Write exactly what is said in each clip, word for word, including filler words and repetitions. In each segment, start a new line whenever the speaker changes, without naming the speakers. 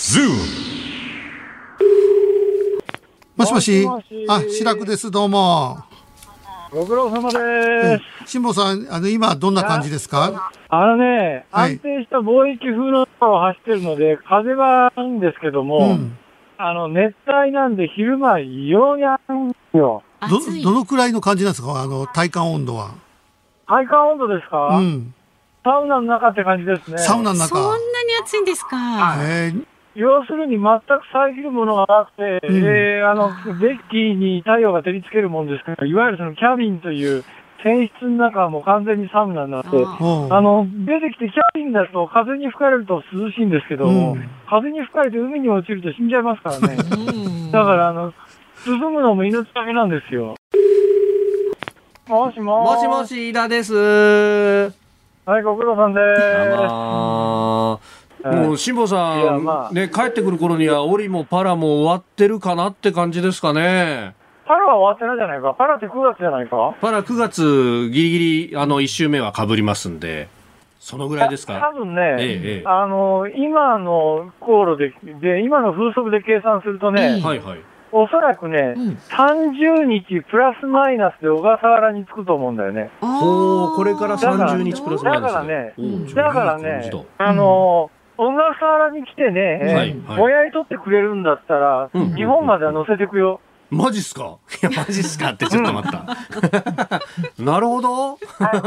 ズーム。もしもし。
もしもし
あ、白くです。どうも。
ご苦労様です。
辛坊さん、あの今どんな感じですか？
あのね、
はい
安定した貿易風の中を走ってるので、風はいいんですけども、
うん、
あの、熱帯なんで昼間異様に暑いんですよ。
ど、
暑い。
どのくらいの感じなんですか？あの、体感温度は。
体感温度ですか、
うん。
サウナの中って感じですね。
サウナの中。
そんなに暑いんですか？
えー、
要するに全く遮るものがなくて、
うん
えーあの、デッキに太陽が照りつけるもんですから、いわゆるそのキャビンという船室の中はもう完全にサウナになって、
あ
うん
あの、出てきてキャビンだと風に吹かれると涼しいんですけども、
うん
風に吹かれて海に落ちると死んじゃいますからね。
うん
だからあの、進むのも命がけなんですよ。もしもー
もしもし、飯田です。あ
はい、ご苦労さんでー
まあ、
す。
もう辛坊さ
いや
ん、
まあ
ね、帰ってくる頃にはオリもパラも終わってるかなって感じですかね。
パラは終わってないじゃないか。パラってくがつじゃないか。
パラくがつギリギリあのいち週目は被りますんで、そのぐらいですか。
多分ね、
ええええ
あの、今の航路で、で、今の風速で計算するとね、
ええ
はいはい。
おそらくね、
うん
さんじゅうにちプラスマイナスで小笠原に着くと思うんだよね。
ほう、これからさんじゅうにちプラスマイナスで。
だからね
おう
だから
いい感じ
ね
だ、
あの、小笠原に来てね、
はいはい
ぼやり取ってくれるんだったら、
うん
日本までは乗せてくよ。
マジっすか？いや、マジっすかってちょっと待った。なるほど。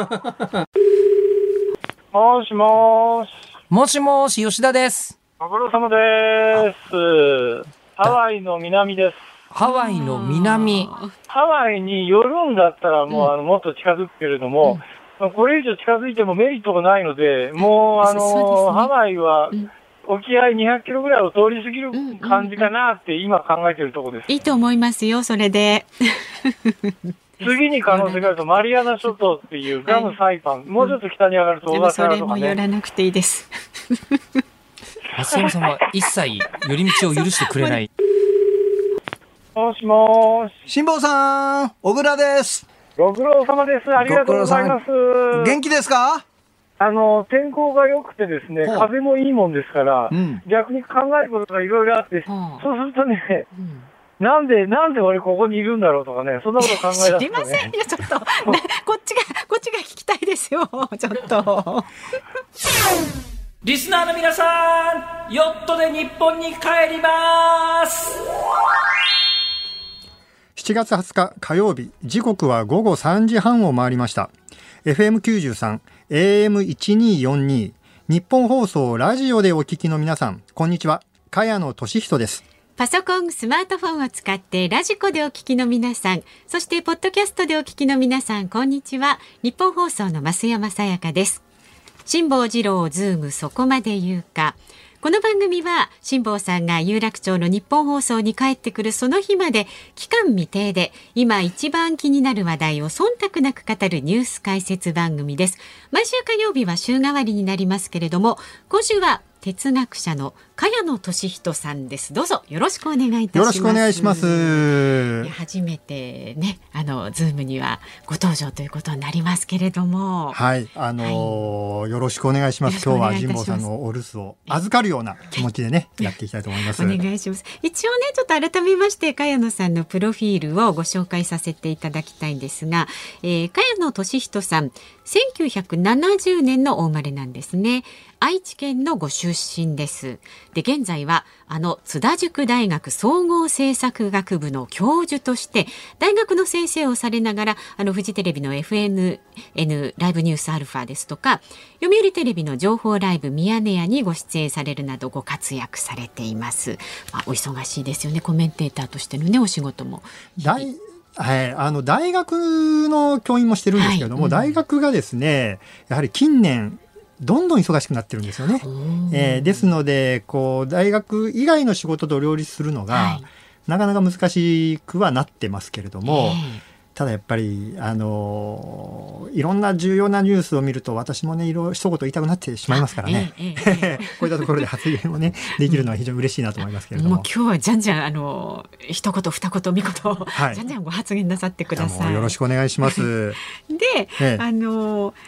もしもーし。
もしもし、吉田です。
ご苦労様でーす。ハワイの南です。
ハワイの南。
ハワイに寄るんだったらもう、あのもっと近づくけれども、まあこれ以上近づいてもメリットがないので、もうあの
そうですね
ハワイは
うん
沖合にひゃくキロぐらいを通り過ぎる感じかなって今考えてるところです。
いいと思いますよ、それで。
次に可能性があるとマリアナ諸島っていうグアムサイパン、もうちょっと北に上がると小笠
でもそ
原とかね。
れも寄らなくていいです。
松山さんは一切寄り道を許してくれない。
もしもーし。
辛坊さん、小倉です。
ご苦労様です。ありがとうございます。
元気ですか？
あの、天候が良くてですね、
ほう
風もいいもんですから、
うん
逆に考えることがいろいろあって、
はあ
そうするとね、
うん
なんで、なんで俺ここにいるんだろうとかね、そんなこと考え出すとね。
知りませんよ、ちょっと、ね、こっちがこっちが聞きたいですよ、ちょっと。
リスナーの皆さん、ヨットで日本に帰ります。
しちがつはつか火曜日、時刻はごごさんじはんを回りました。 エフエムきゅうじゅうさん エーエムせんにひゃくよんじゅうに 日本放送ラジオでお聞きの皆さん、こんにちは。茅野俊人です。
パソコン、スマートフォンを使ってラジコでお聞きの皆さん、そしてポッドキャストでお聞きの皆さん、こんにちは。日本放送の増山さやかです。辛坊治郎ズームそこまで言うか。この番組は辛坊さんが有楽町の日本放送に帰ってくるその日まで期間未定で今一番気になる話題を忖度なく語るニュース解説番組です。毎週火曜日は週替わりになりますけれども、今週は哲学者の茅野俊人さんです。どうぞよろしくお願いいたします。
よろしくお願いします。
いや初めてね、あのズームにはご登場ということになりますけれども、
はい、あのーよろしくお願いします。
よ
今日は
ろしくお願いいたします
神保さんのお留守を預かるような気持ちでね、やっていきたいと思います。
お願いします。一応ね、ちょっと改めまして茅野さんのプロフィールをご紹介させていただきたいんですが、えー、茅野俊人さん、せんきゅうひゃくななじゅうねんのお生まれなんですね。愛知県のご出身です。で、現在はあの津田塾大学総合政策学部の教授として大学の先生をされながら、あのフジテレビの エフエヌエヌ ライブニュースアルファですとか、読売テレビの情報ライブミヤネ屋にご出演されるなどご活躍されています。まあ、お忙しいですよね、コメンテーターとしてのねお仕事も。
大はい、あの大学の教員もしてるんですけれども、
はいうん、
大学がですね、やはり近年どんどん忙しくなってるんですよね。えー、ですのでこう大学以外の仕事と両立するのが、はい、なかなか難しくはなってますけれども、えー、ただやっぱりあのー、いろんな重要なニュースを見ると私もね、いろいろ一言言いたくなってしまいますからね、えーえー、こういったところで発言をねできるのは非常に嬉しいなと思いますけれども、
もう今日はじゃんじゃんあの一言二言三言、はい、じゃんじゃんご発言なさってください。
よろしくお願いします。
で、ええ、あの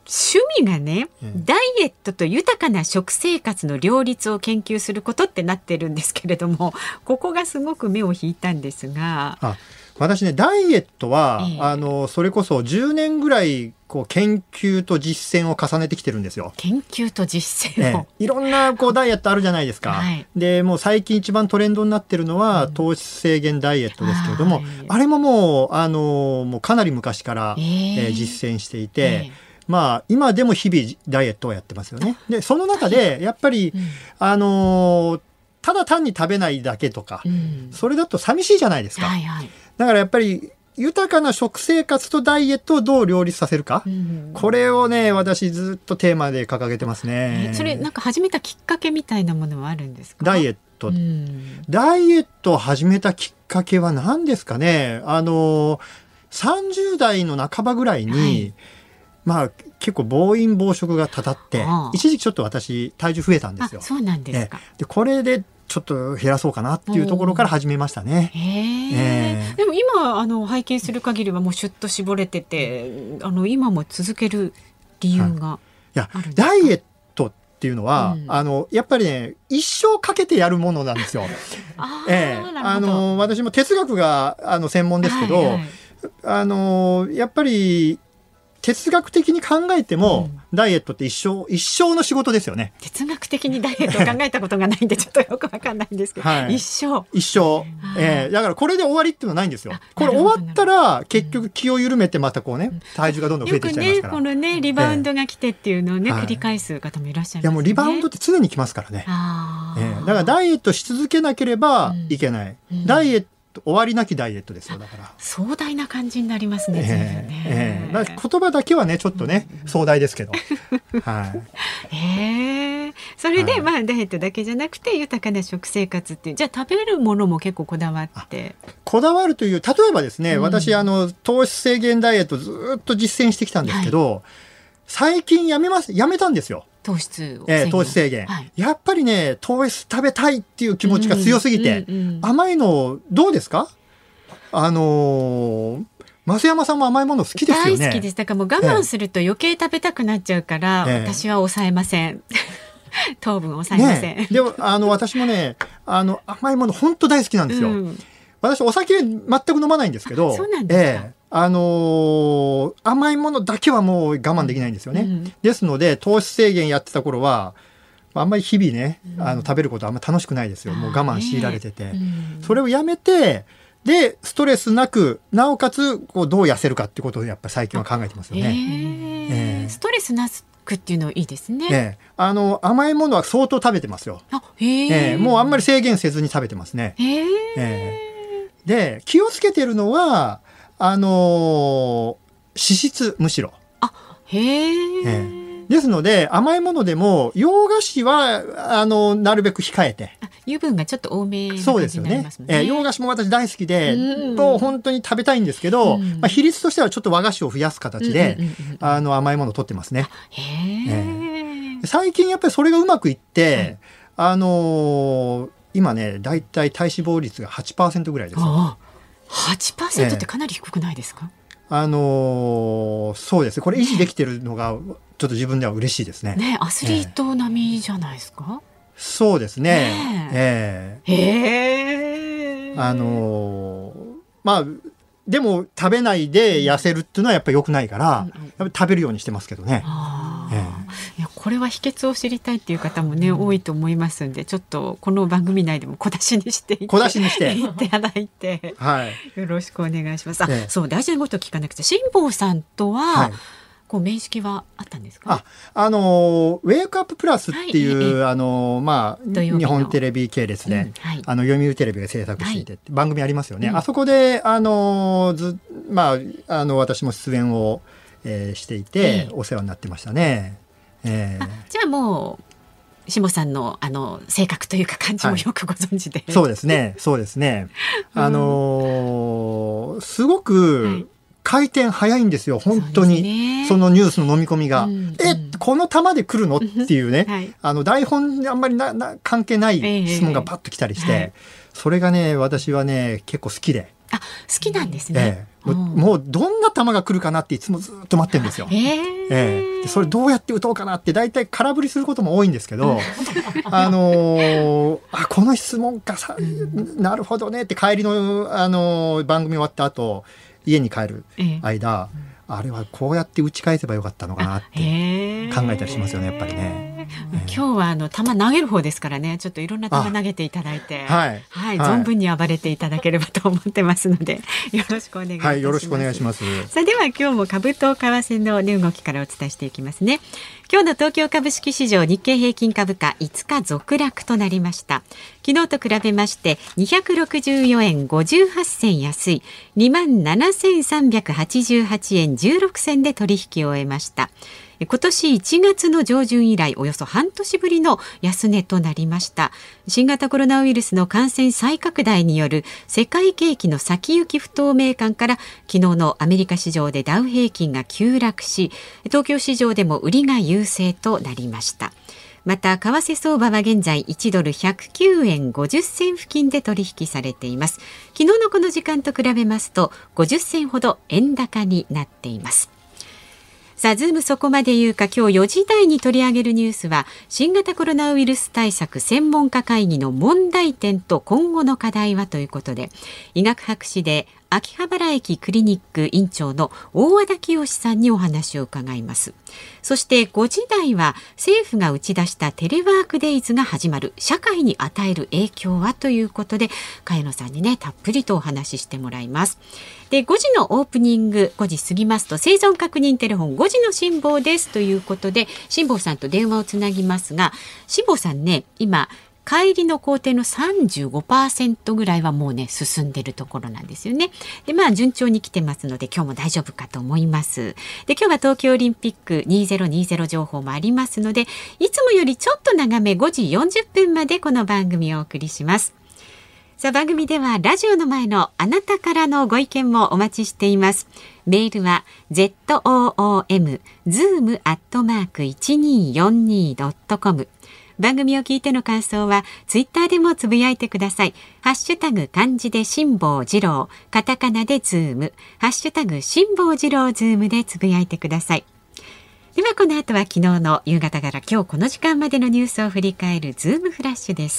趣味がね、
ええ
ダイエットと豊かな食生活の両立を研究することってなってるんですけれども、ここがすごく目を引いたんですが。
あ、私ね、ダイエットは、
ええ
あのそれこそじゅうねんぐらいこう研究と実践を重ねてきてるんですよ。
研究と実践を、
ええ、いろんなこうダイエットあるじゃないですか、
はい、
でもう最近一番トレンドになってるのは、うん、糖質制限ダイエットですけれども、
はい、
あれももうあのもうかなり昔から、
えー
えー実践していて、
えー
まあ今でも日々ダイエットをやってますよね。でその中でやっぱり、うん、あのー、ただ単に食べないだけとか、うん、それだと寂しいじゃないですか、
はいはい、
だからやっぱり豊かな食生活とダイエットをどう両立させるか、うん、これをね私ずっとテーマで掲げてますね。
それなんか始めたきっかけみたいなものはあるんですか？
ダイエット、
うん、
ダイエットを始めたきっかけは何ですかね。あのさんじゅう代の半ばぐらいに、はい、まあ結構暴飲暴食がたたって
ああ
一時期ちょっと私体重増えたんですよ。
あ、そうなんですか。
でこれでちょっと減らそうかなっていうところから始めましたね。
へえー、でも今あの拝見する限りはもうシュッと絞れてて、あの今も続ける理由があるんですか？いや、
ダイエットっていうのは、うん、あのやっぱりね一生かけてやるものなんですよ。
あ、
ええ、あの私も哲学があの専門ですけど、はいはい、あのやっぱり哲学的に考えても、うん、ダイエットって一生一生の仕事ですよね。
哲学的にダイエットを考えたことがないんでちょっとよくわかんないんですけど、はい、一生
一生、えー、だからこれで終わりっていうのはないんですよ。これ終わったら結局気を緩めてまたこうね、うん、体重がどんどん増えていっちゃいますから、
よくねこのねリバウンドが来てっていうのをね、えー、繰り返す方もいらっしゃいますね。
いやもうリバウンドって常に来ますからね。
あ、
えー、だからダイエットし続けなければいけない、うんうん、ダイエット終わりなきダイエットですよ。だから
壮大な感じになりますね。随分ね、
えーえー、だから言葉だけはねちょっとね、うん、壮大ですけど、はい、
えー、それで、はい、まあダイエットだけじゃなくて豊かな食生活っていう、じゃあ食べるものも結構こだわって
こだわるという、例えばですね、うん、私あの糖質制限ダイエットずっと実践してきたんですけど、はい、最近やめますやめたんですよ。
糖質
えー、糖質制限、はい、やっぱりね糖質食べたいっていう気持ちが強すぎて、うんうんうん、甘いのどうですか？あのー、増山さんも甘いもの好きですよね。
大好きです。だからもう我慢すると余計食べたくなっちゃうから、えー、私は抑えません糖分を抑えません、
ね、でもあの私もねあの甘いもの本当大好きなんですよ、うん、私お酒全く飲まないんですけど。
そうなんですか。
えーあのー、甘いものだけはもう我慢できないんですよね、うん、ですので糖質制限やってた頃はあんまり日々ね、うん、あの食べることあんまり楽しくないですよ。もう我慢強いられてて、うん、それをやめてでストレスなくなおかつこうどう痩せるかっていうことをやっぱり最近は考えてますよね。
えー、ストレスなくっていうのいいですね。
えー、あの甘いものは相当食べてますよ。
あ、へー、
えー、もうあんまり制限せずに食べてますね。
へー、
えー、で気をつけてるのはあのー、脂質むしろ。
あ、へー、
えー、ですので甘いものでも洋菓子はあのなるべく控えて。
油分がちょっと多めな感じになりますもんね。
そうですよね。えー、洋菓子も私大好きで、うん、もう本当に食べたいんですけど、うん、まあ、比率としてはちょっと和菓子を増やす形で、うんうんうんうん、あの甘いものを取ってますね。
へー、
えー、最近やっぱりそれがうまくいって、はい、あのー、今ねだいたい体脂肪率が はちパーセント ぐらいですよ。
はちパーセント ってかなり低くないですか？
えー、あのー、そうですね。これ維持できてるのがちょっと自分では嬉しいですね。
ね、アスリート並みじゃないですか？えー、
そうですね。え
ー、へー、
あのー、まあでも食べないで痩せるっていうのはやっぱり良くないから、うんうん、やっぱり食べるようにしてますけどね。
あ、えー、いやこれは秘訣を知りたいっていう方もね、うん、多いと思いますんで、ちょっとこの番組内でも小出しにしていって
小出しにして
いただいて、はい、よろしくお願いします。あ、
えー、
そう大事なこと聞かなくて、辛坊さんとは、はい、こう面識はあったんですか？
あ、あのウェイクアッププラスっていう、はい、あのまあ日本テレビ系列で、うん、はい、あの読売テレビが制作していて、はい、番組ありますよね。うん、あそこであのずまああの私も出演を、えー、していて、えー、お世話になってましたね。えー、
あ、じゃあもう辛坊さんのあの性格というか感じもよくご存知で、はい、
そうですね、そうですね。あのー、すごく、はい、回転早いんですよ本当に そ,、ね、そのニュースの飲み込みが、うんうん、えこの球で来るのっていうね、はい、あの台本にあんまりなな関係ない質問がパッと来たりして、えーはい、それがね私はね結構好きで、
あ、好きなんですね。
ええ、もうもうどんな球が来るかなっていつもずっと待ってるんですよ。
えー
ええ、でそれどうやって打とうかなって大体空振りすることも多いんですけどあのー、あこの質問かさ、なるほどねって帰りの、あのー、番組終わった後家に帰る間、ええ、あれはこうやって打ち返せばよかったのかなって考えたりしますよね、やっぱりね。
今日はあの球投げる方ですからね、ちょっといろんな球投げていただいて、はい、はい、存分に暴れていただければと思ってますので、よろしくお願いいたします。はい、
よろしくお願いします。
さあでは今日も株と為替の値動きからお伝えしていきますね。今日の東京株式市場、日経平均株価いつか続落となりました。昨日と比べましてにひゃくろくじゅうよえんごじゅうはち銭安い にまんななせんさんびゃくはちじゅうはちえんじゅうろく銭で取引を終えました。今年いちがつの上旬以来およそ半年ぶりの安値となりました。新型コロナウイルスの感染再拡大による世界景気の先行き不透明感から、昨日のアメリカ市場でダウ平均が急落し、東京市場でも売りが優勢となりました。また為替相場は現在いちドルひゃくきゅうえんごじゅっ銭付近で取引されています。昨日のこの時間と比べますとごじゅっ銭ほど円高になっています。さあズームそこまで言うか、今日よじ台に取り上げるニュースは、新型コロナウイルス対策専門家会議の問題点と今後の課題はということで、医学博士で秋葉原駅クリニック院長の大和田清さんにお話を伺います。そしてごじ台は、政府が打ち出したテレワークデイズが始まる、社会に与える影響はということで、茅野さんにねたっぷりとお話ししてもらいます。でごじのオープニング、ごじ過ぎますと生存確認テレフォンごじの辛坊ですということで、辛坊さんと電話をつなぎますが、辛坊さんね、今帰りの工程の さんじゅうごパーセント ぐらいはもうね進んでるところなんですよね。でまあ順調に来てますので今日も大丈夫かと思います。で今日は東京オリンピックにせんにじゅう情報もありますので、いつもよりちょっと長めごじよんじゅっぷんまでこの番組をお送りします。さあ番組ではラジオの前のあなたからのご意見もお待ちしています。メールは ズーム ズーム アットマーク いちにーよんにー ドットコム、番組を聞いての感想はツイッターでもつぶやいてください。ハッシュタグ漢字で辛坊治郎、カタカナでズーム、ハッシュタグ辛坊治郎ズームでつぶやいてください。ではこの後は昨日の夕方から今日この時間までのニュースを振り返るズームフラッシュです。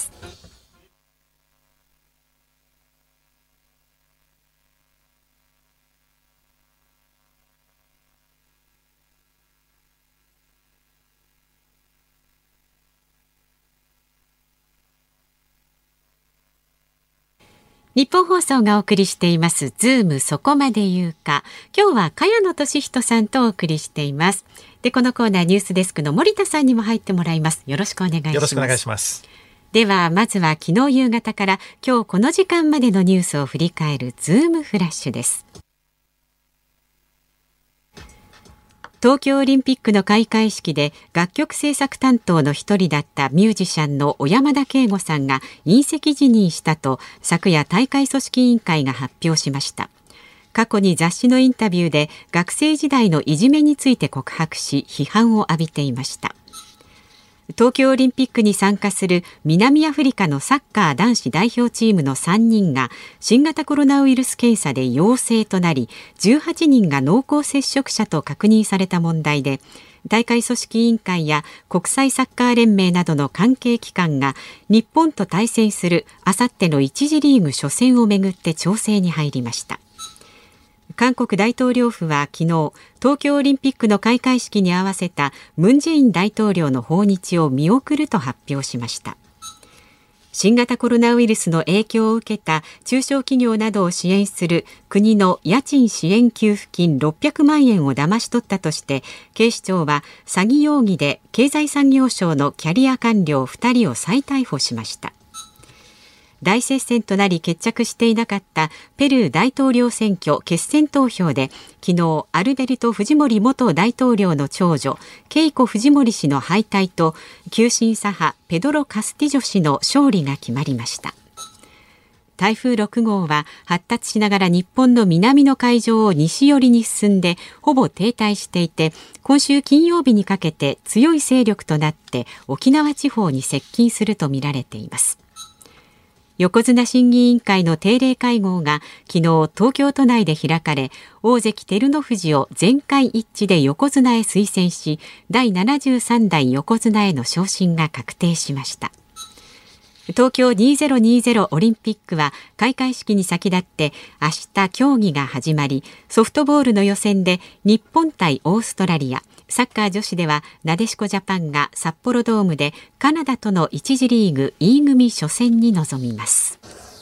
日本放送がお送りしていますズームそこまで言うか。今日は茅野俊人さんとお送りしています。でこのコーナーニュースデスクの森田さんにも入ってもらいます。よろしくお願いします。
よろしくお願いします。
ではまずは昨日夕方から今日この時間までのニュースを振り返るズームフラッシュです。東京オリンピックの開会式で楽曲制作担当の一人だったミュージシャンの小山田圭吾さんが引責辞任したと昨夜大会組織委員会が発表しました。過去に雑誌のインタビューで学生時代のいじめについて告白し批判を浴びていました。東京オリンピックに参加する南アフリカのサッカー男子代表チームのさんにんが新型コロナウイルス検査で陽性となり、じゅうはちにんが濃厚接触者と確認された問題で、大会組織委員会や国際サッカー連盟などの関係機関が日本と対戦するあさってのいち次リーグ初戦をめぐって調整に入りました。韓国大統領府は昨日、東京オリンピックの開会式に合わせたムン・ジェイン大統領の訪日を見送ると発表しました。新型コロナウイルスの影響を受けた中小企業などを支援する国の家賃支援給付金ろっぴゃくまんえんを騙し取ったとして、警視庁は詐欺容疑で経済産業省のキャリア官僚ふたりを再逮捕しました。大接戦となり決着していなかったペルー大統領選挙決選投票で、昨日アルベルト・フジモリ元大統領の長女ケイコ・フジモリ氏の敗退と急進左派ペドロ・カスティジョ氏の勝利が決まりました。台風ろく号は発達しながら日本の南の海上を西寄りに進んでほぼ停滞していて、今週金曜日にかけて強い勢力となって沖縄地方に接近するとみられています。 横綱審議委員会の定例会合が昨日東京都内で開かれ、大関照ノ富士を全会一致で横綱へ推薦し、だいななじゅうさん代横綱への昇進が確定しました。東京にせんにじゅうオリンピックは開会式に先立って明日競技が始まり、ソフトボールの予選で日本対オーストラリア、サッカー女子ではなでしこジャパンが札幌ドームでカナダとの一次リーグ E 組初戦に臨みます。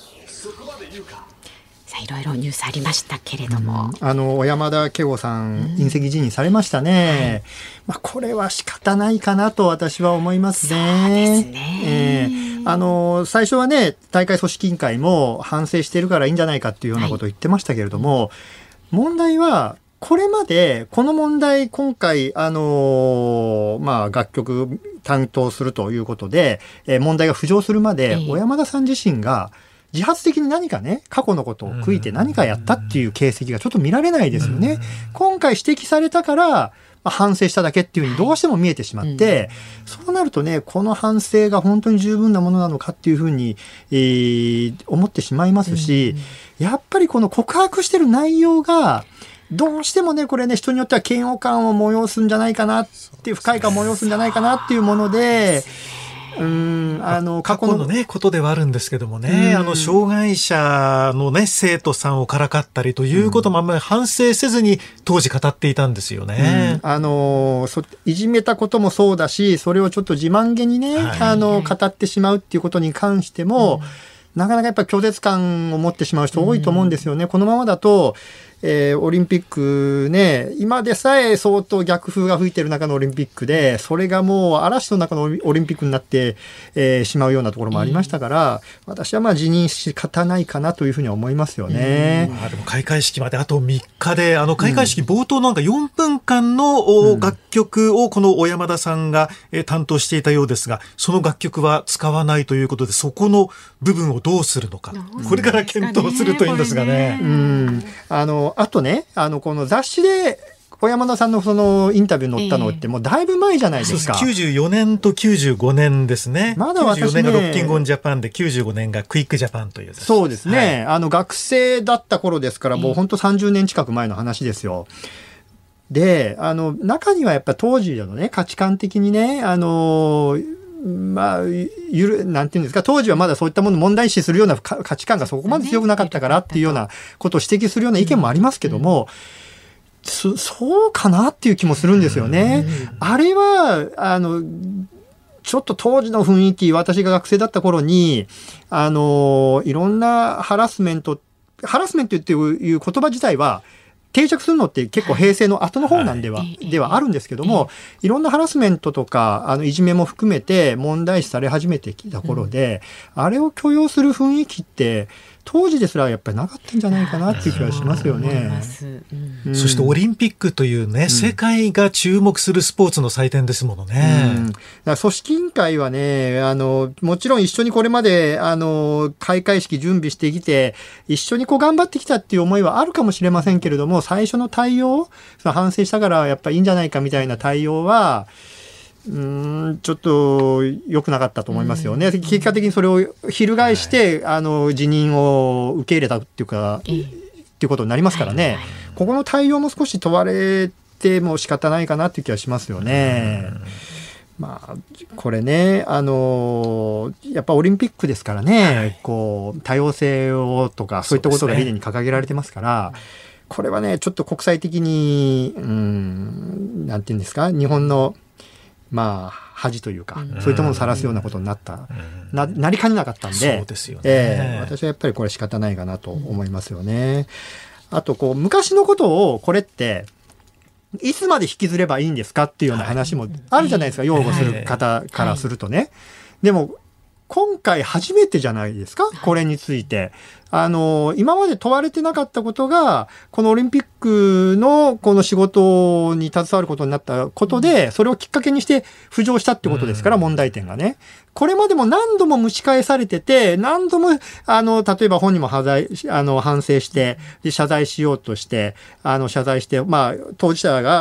さあいろいろニュースありましたけれども、
うん、あの小山田圭吾さん、引責辞任されましたね、うん、まあ、これは仕方ないかなと私は思いますね。
そうですね、
えー、あの最初はね、大会組織委員会も反省してるからいいんじゃないかっていうようなことを言ってましたけれども、はい、問題はこれまでこの問題、今回、あのーまあ、楽曲担当するということで、えー、問題が浮上するまで、小山田さん自身が自発的に何かね、過去のことを悔いて何かやったっていう形跡がちょっと見られないですよね。今回指摘されたから、まあ、反省しただけっていうふうにどうしても見えてしまって、そうなるとね、この反省が本当に十分なものなのかっていうふうに、えー、思ってしまいますし、やっぱりこの告白してる内容が、どうしてもね、これね、人によっては嫌悪感を催すんじゃないかなっていう、不快感を催すんじゃないかなっていうもので、うーん、あの過去 の,
過去のね、ことではあるんですけどもね、あの障害者のね、生徒さんをからかったりということもあんまり反省せずに当時語っていたんですよね。
うん、あのそいじめたこともそうだし、それをちょっと自慢げにね、はい、あの語ってしまうっていうことに関しても、うん、なかなかやっぱり拒絶感を持ってしまう人多いと思うんですよね。うん、このままだと、えー、オリンピックね、今でさえ相当逆風が吹いてる中のオリンピックで、それがもう嵐の中のオリンピックになって、えー、しまうようなところもありましたから、うん、私はまあ辞任しかたないかなというふうに思いますよね。
うん、まあ、でも開会式まであとみっかで、あの開会式冒頭なんかよんぷんかんの楽曲をこの小山田さんが担当していたようですが、その楽曲は使わないということで、そこの部分をどうするのか、これから検討するといいんですがね。
うん、あのあとね、あのこの雑誌で小山田さんのそのインタビューに載ったのってもうだいぶ前じゃないですか。
きゅうじゅうよねんときゅうじゅうごねんですね。
まだ私ね、
きゅうじゅうよねんがロッキングオンジャパンできゅうじゅうごねんがクイックジャパンという雑誌。
そうですね、はい、あの学生だった頃ですから、もう本当さんじゅうねん近く前の話ですよ。で、あの中にはやっぱ当時のね、価値観的にね、あのまあ、ゆる、なんていうんですか、当時はまだそういったものを問題視するような価値観がそこまで強くなかったからっていうようなことを指摘するような意見もありますけども、うんうん、そ, そうかなっていう気もするんですよね。うん、あれは、あの、ちょっと当時の雰囲気、私が学生だった頃に、あの、いろんなハラスメント、ハラスメントっていう言葉自体は、定着するのって結構平成の後の方なんでは、はい、ではあるんですけども、いろんなハラスメントとかあのいじめも含めて問題視され始めてきた頃で、うん、あれを許容する雰囲気って当時ですらやっぱりなかったんじゃないかなっていう気がしますよね。
うん、そしてオリンピックというね、うん、世界が注目するスポーツの祭典ですものね。
うん、だから組織委員会はね、あのもちろん一緒にこれまであの開会式準備してきて一緒にこう頑張ってきたっていう思いはあるかもしれませんけれども、最初の対応、その反省したからやっぱりいいんじゃないかみたいな対応はうーんちょっと良くなかったと思いますよね。結果的にそれを翻して、はい、あの辞任を受け入れたっていうか、っていうことになりますからね。ここの対応も少し問われても仕方ないかなっていう気がしますよね。まあこれね、あのやっぱオリンピックですからね、はい、こう多様性をとかそういったことが理念に掲げられてますから。これはね、ちょっと国際的に、うーん、なんていうんですか、日本の、まあ、恥というか、うん、そういったものを晒すようなことになった、うん、な、なりかねなかったんで、
そうですよね。
えー、私はやっぱりこれ仕方ないかなと思いますよね。あと、こう、昔のことを、これって、いつまで引きずればいいんですかっていうような話もあるじゃないですか、擁護する方からするとね。はい、でも、今回初めてじゃないですか、これについて。あの、今まで問われてなかったことが、このオリンピックのこの仕事に携わることになったことで、それをきっかけにして浮上したってことですから、問題点がね。これまでも何度も蒸し返されてて、何度も、あの、例えば本人も反罪、あの、反省して、で謝罪しようとして、あの、謝罪して、まあ、当事者が、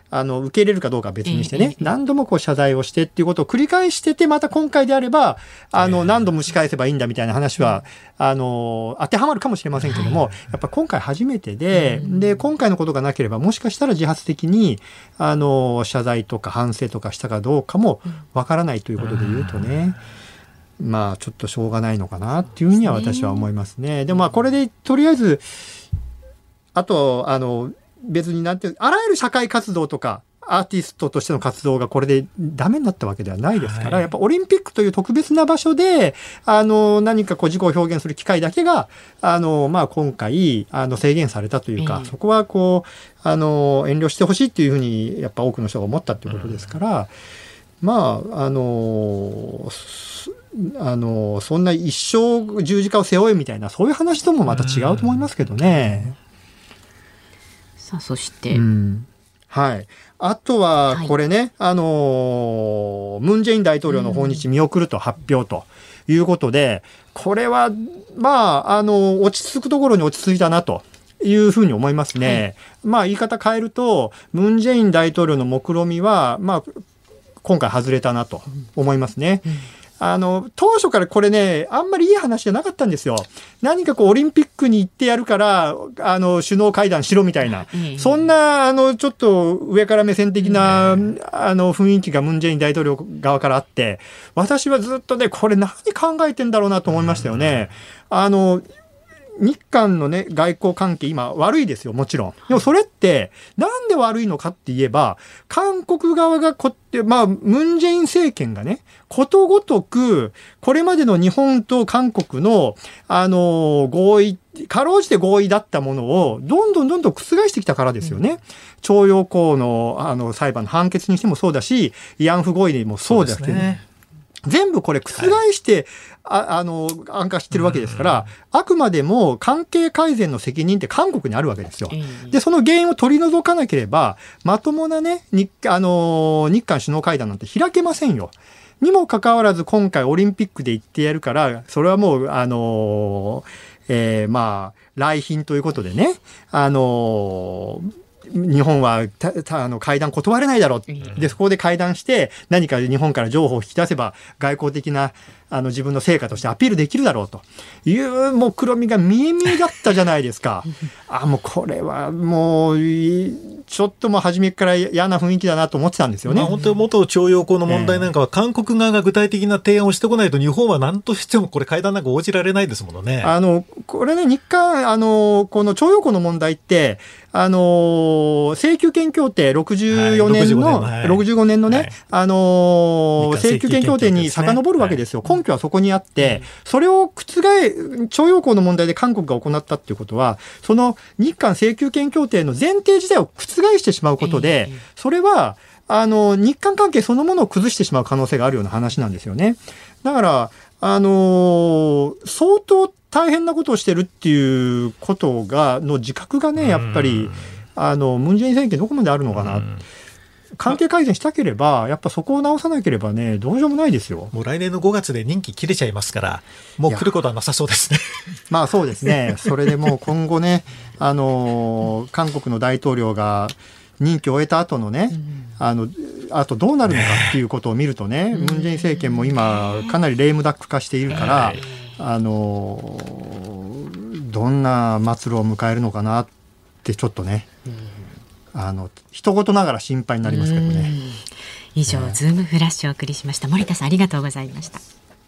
あの受け入れるかどうかは別にしてね、何度もこう謝罪をしてっていうことを繰り返してて、また今回であればあの何度蒸し返せばいいんだみたいな話はあの当てはまるかもしれませんけども、やっぱ今回初めてで、で今回のことがなければもしかしたら自発的にあの謝罪とか反省とかしたかどうかもわからないということで言うとね、まあちょっとしょうがないのかなっていうふうには私は思いますね。でもまあこれでとりあえずあとあの別になんてあらゆる社会活動とかアーティストとしての活動がこれでダメになったわけではないですから、はい、やっぱオリンピックという特別な場所であの何かこう自己を表現する機会だけがあの、まあ、今回あの制限されたというか、えー、そこはこうあの遠慮してほしいっていうふうにやっぱ多くの人が思ったということですから、うん、まああのあのそんな一生十字架を背負えみたいなそういう話ともまた違うと思いますけどね。うん、
さあそして、
うんはい、あとはこれね、はい、あのムン・ジェイン大統領の訪日見送ると発表ということで、うん、これはまああの落ち着くところに落ち着いたなというふうに思いますね。はい、まあ言い方変えるとムン・ジェイン大統領の目論見はまあ今回外れたなと思いますね。うんうん、あの当初からこれねあんまりいい話じゃなかったんですよ。何かこうオリンピックに行ってやるからあの首脳会談しろみたいな、うん、そんなあのちょっと上から目線的な、うん、あの雰囲気がムン・ジェイン大統領側からあって、私はずっとねこれ何考えてんだろうなと思いましたよね。うん、あの日韓のね外交関係今悪いですよもちろん。でもそれってなんで悪いのかって言えば、韓国側がこってまあムン・ジェイン政権がねことごとくこれまでの日本と韓国のあの合意かろうじて合意だったものをどんどんどんどん覆してきたからですよね。うん、徴用工のあの裁判の判決にしてもそうだし、慰安婦合意でもそうだけど、ね、全部これ覆して、はい、あ, あの安価してるわけですから、あくまでも関係改善の責任って韓国にあるわけですよ。でその原因を取り除かなければまともなね 日, あの日韓首脳会談なんて開けませんよ。にもかかわらず今回オリンピックで行ってやるから、それはもうあの、えー、まあ来賓ということでね、あの日本はたたあの会談断れないだろう。でそこで会談して何か日本から情報を引き出せば外交的なあの自分の成果としてアピールできるだろうという目論見が見え見えだったじゃないですか。あもうこれはもうちょっともう初めから嫌な雰囲気だなと思ってたんですよね。
まあ、本当に元徴用工の問題なんかは韓国側が具体的な提案をしてこないと日本は何としてもこれ会談なんか応じられないですものね。
あのこれね日韓あのこの徴用工の問題ってあの請求権協定ろくじゅうよねんの、はい、ろくじゅうごねんのね、はい、あの請求権協定に遡るわけですよ。はい、根拠はそこにあって、うん、それを覆徴用工の問題で韓国が行ったっていうことはその日韓請求権協定の前提自体を覆してしまうことで、それはあの日韓関係そのものを崩してしまう可能性があるような話なんですよね。だからあの相当大変なことをしてるっていうことがの自覚がねやっぱりあのムン・ジェイン政権どこまであるのかな。関係改善したければやっぱそこを直さなければねどうしようもないですよ。
もう来年のごがつで任期切れちゃいますからもう来ることはなさそうですね。
まあそうですね。それでもう今後ねあの韓国の大統領が任期を終えた後のね、うん、あのあとどうなるのかっていうことを見るとね、ムン・ジェイン政権も今かなりレームダック化しているから、あのどんな末路を迎えるのかなってちょっとね、うん、あの人事ながら心配になりますけどね。
以上、ね、ズームフラッシュをお送りしました。森田さんありがとうございました。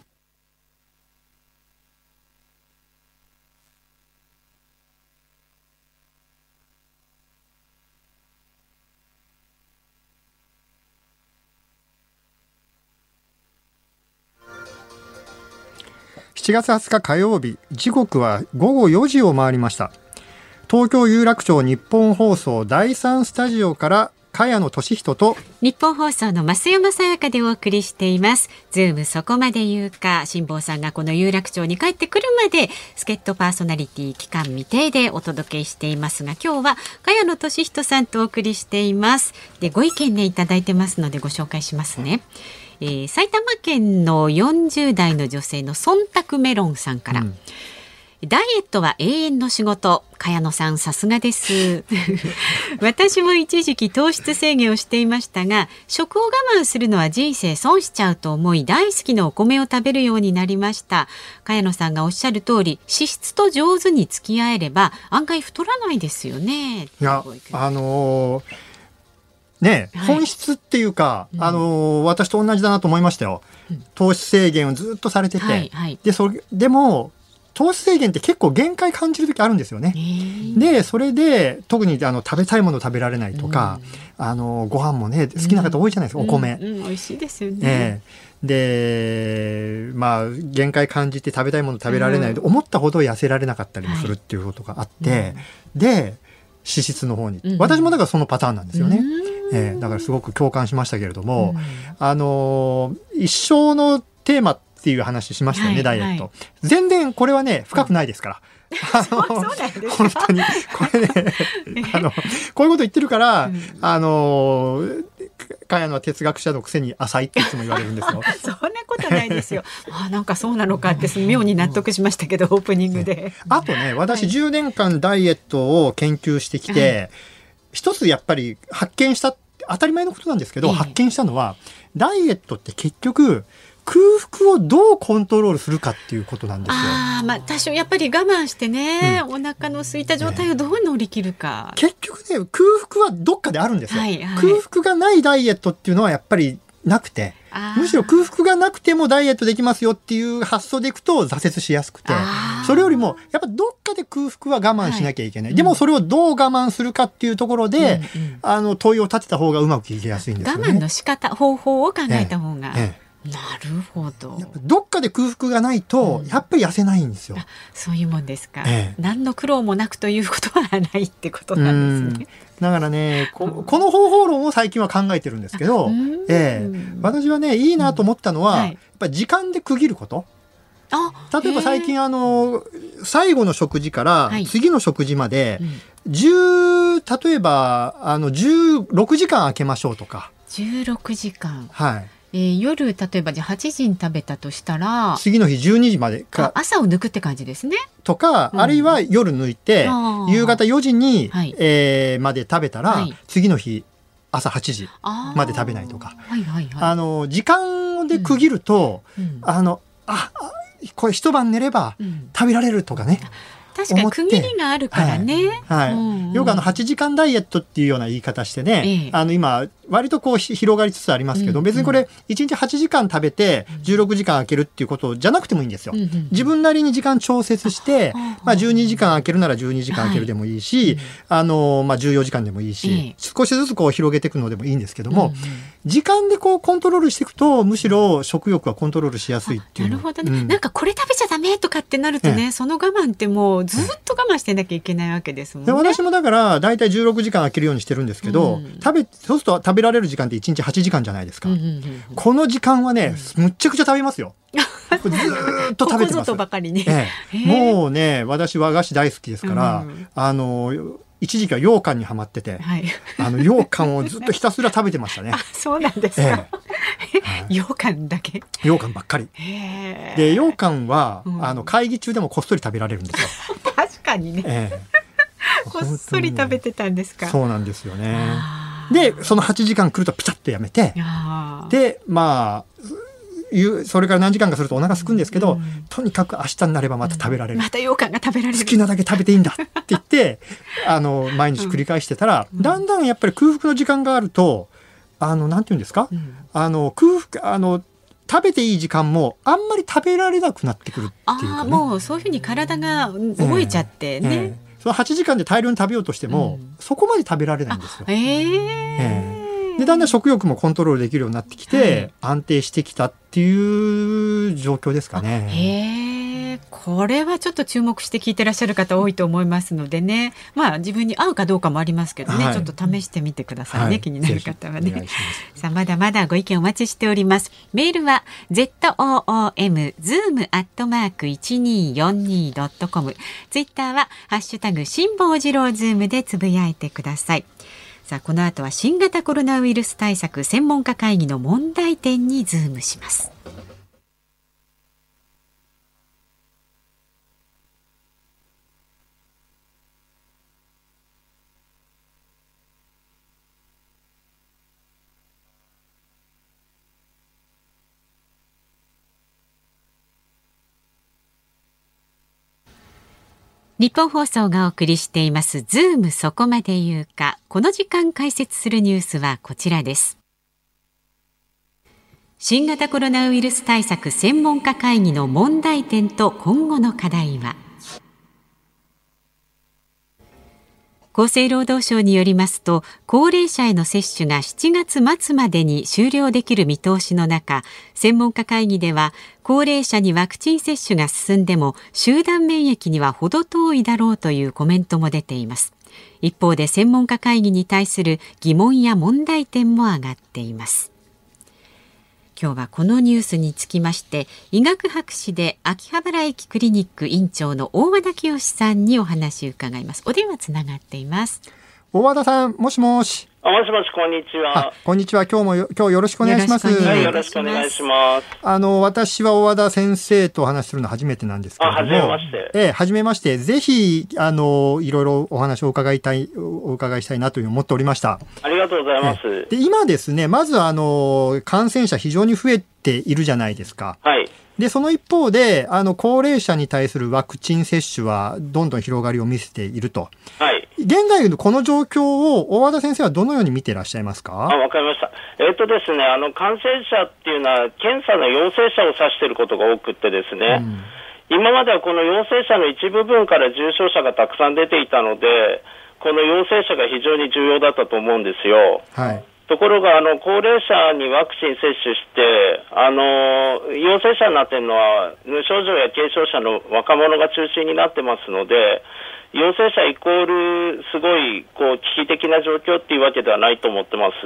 しちがつはつか火曜日、時刻はごごよじを回りました。東京有楽町日本放送だいさんスタジオから茅野俊人と
日本放送の増山さやかでお送りしています。ズームそこまで言うか、辛坊さんがこの有楽町に帰ってくるまで助っ人パーソナリティ期間未定でお届けしていますが、今日は茅野俊人さんとお送りしています。でご意見ねいただいてますのでご紹介しますね。えー、埼玉県のよんじゅうだいの女性の忖度メロンさんから、うんダイエットは永遠の仕事。茅野さんさすがです私も一時期糖質制限をしていましたが、食を我慢するのは人生損しちゃうと思い、大好きなお米を食べるようになりました。茅野さんがおっしゃる通り、脂質と上手に付き合えれば案外太らないですよね。
いや、あのーね、はい、本質っていうか、うん、あのー、私と同じだなと思いましたよ、うん、糖質制限をずっとされてて、はいはい、でそれでも糖質制限って結構限界感じる時あるんですよね。でそれで特にあの食べたいもの食べられないとか、うん、あのご飯もね好きな方多いじゃないですか、うん、お米、
うんうん、美味しいですよね、
えー、でまあ限界感じて食べたいもの食べられない、うん、思ったほど痩せられなかったりもするっていうことがあって、はい、で脂質の方に、うん、私もだからそのパターンなんですよね、うん、えー、だからすごく共感しましたけれども、うん、あの一生のテーマっていう話しましたよね、はい、ダイエット、はい、全然これはね深くないですから、うん、あの本当にこれねあのこういうこと言ってるから、うん、あの茅野は哲学者のくせに浅いっていつも言われるんですよ
そんなことないですよあ、なんかそうなのかって妙に納得しましたけどオープニングで
あとね、私じゅうねんかんダイエットを研究してきて、はい、一つやっぱり発見した、当たり前のことなんですけど、ええ、発見したのはダイエットって結局空腹をどうコントロールするかっていうことなんですよ。
あ、まあ、多少やっぱり我慢してね、うん、お腹の空いた状態をどう乗り切るか、
ね、結局ね空腹はどっかであるんですよ、はいはい、空腹がないダイエットっていうのはやっぱりなくて、むしろ空腹がなくてもダイエットできますよっていう発想でいくと挫折しやすくて、それよりもやっぱどっかで空腹は我慢しなきゃいけない、はい、でもそれをどう我慢するかっていうところで、うんうん、あの問いを立てた方がうまくいきやすいんですよね。
我慢の仕方、方法を考えた方が、ええええ、なるほど。
やっぱどっかで空腹がないとやっぱり痩せないんですよ、うん、
そういうもんですか、
ええ、
何の苦労もなくということはないってことなんですね。
だからね こ, この方法論を最近は考えてるんですけど、ええ、私はねいいなと思ったのは、うん、はい、やっぱり時間で区切ること。
あ、
例えば最近あの最後の食事から次の食事まで、はい、うん、じゅう例えばあのじゅうろくじかん空けましょうとか。
じゅうろくじかん、
はい、
えー、夜例えばじゃあはちじに食べたとしたら
次の日じゅうにじまでか、
朝を抜くって感じですね
とか、うん、あるいは夜抜いて夕方よじに、はい、えー、まで食べたら、はい、次の日朝はちじまで食べないとか、
はいはいはい、
あの時間で区切ると、うんうん、あのあこれ一晩寝れば食べられるとかね、
うん、確かに区切りがあるからね、
はいはい、うんうん、よくあのはちじかんダイエットっていうような言い方してね、ええ、あの今割とこう広がりつつありますけど、うんうん、別にこれいちにちはちじかん食べてじゅうろくじかん空けるっていうことじゃなくてもいいんですよ、うんうん、自分なりに時間調節して、まあ、じゅうにじかん空けるならじゅうにじかん空けるでもいいし、はい、あのまあ、じゅうよじかんでもいいし、ええ、少しずつこう広げていくのでもいいんですけども、うんうん、時間でこうコントロールしていくとむしろ食欲はコントロールしやすいっていう。
なるほどね、うん、なんかこれ食べちゃダメとかってなるとね、ええ、その我慢ってもうずっと我慢してなきゃいけないわけですもんね。で
私もだからだいたいじゅうろくじかん空けるようにしてるんですけど、うん、食べそうすると食べられる時間っていちにちはちじかんじゃないですか、うんうんうん、この時間はね、うん、むっちゃくちゃ食べますよずーっと食べてます。ここぞとばかりに、ええ、もうね私和菓子大好きですから、うん、あの一時期は羊羹にはまってて、はい、あの羊羹をずっとひたすら食べてましたね。
あ、そうなんですか、ええ、羊羹だけ
羊羹ばっかりで、羊羹は、うん、あの会議中でもこっそり食べられるんですよ
確かにね、ええ、こっそり食べてたんですか。
そうなんですよね。でそのはちじかん来るとピタッとやめて、でまあそれから何時間かするとお腹空くんですけど、うん、とにかく明日になればまた食べられる、
うん、また羊羹が食べられる、
好きなだけ食べていいんだって言ってあの毎日繰り返してたら、うん、だんだんやっぱり空腹の時間があるとあのなんていうんですか、うん、あの空腹あの食べていい時間もあんまり食べられなくなってくるっていうか、ね、あ
もうそういうふうに体が覚えちゃってね、えーえー
そのはちじかんで大量に食べようとしても、うん、そこまで食べられないんですよ。
えー
えー、でだんだん食欲もコントロールできるようになってきて、はい、安定してきたっていう状況ですかね。
へー、これはちょっと注目して聞いてらっしゃる方多いと思いますのでね、まあ自分に合うかどうかもありますけどね、はい、ちょっと試してみてくださいね、はい、気になる方はね。さあまだまだご意見お待ちしております。メールは ズーム ズーム アットマーク いちにーよんにー ドットコム、 ツイッターはハッシュタグ辛坊治郎ズームでつぶやいてください。さあこの後は新型コロナウイルス対策専門家会議の問題点にズームします。 日本放送がお送りしていますズームそこまで言うか。この時間解説するニュースはこちらです。新型コロナウイルス対策専門家会議の問題点と今後の課題は。厚生労働省によりますと、高齢者への接種がしちがつ末までに終了できる見通しの中、専門家会議では高齢者にワクチン接種が進んでも集団免疫には程遠いだろうというコメントも出ています。一方で専門家会議に対する疑問や問題点も上がっています。今日はこのニュースにつきまして、医学博士で秋葉原駅クリニック院長の大和田清さんにお話を伺います。お電話つながっています。
大和田さん、もしもし。
あ、もしもし、こんにちは。
こんにちは。今日もよ、今日よろしくお願いします。
はい、よろしくお願いします。
あの、私は大和田先生とお話しするの初めてなんですけれども。
あ、はじめまして。
ええ、はじめまして。ぜひ、あの、いろいろお話を伺いたい、お伺いしたいなというふうに思っておりました。
ありがとうございます。
で、今ですね、まずあの、感染者非常に増えているじゃないですか。
はい。
で、その一方で、あの、高齢者に対するワクチン接種はどんどん広がりを見せていると。
はい。
現在のこの状況を大和田先生はどのように見ていらっしゃいますか？
あ、わかりました。えっとですね、あの、感染者っていうのは検査の陽性者を指していることが多くってですね、うん、今まではこの陽性者の一部分から重症者がたくさん出ていたので、この陽性者が非常に重要だったと思うんですよ。
はい。
ところが、あの、高齢者にワクチン接種して、あの、陽性者になっているのは、無症状や軽症者の若者が中心になってますので、陽性者イコール、すごい、こう、危機的な状況っていうわけではないと思ってます。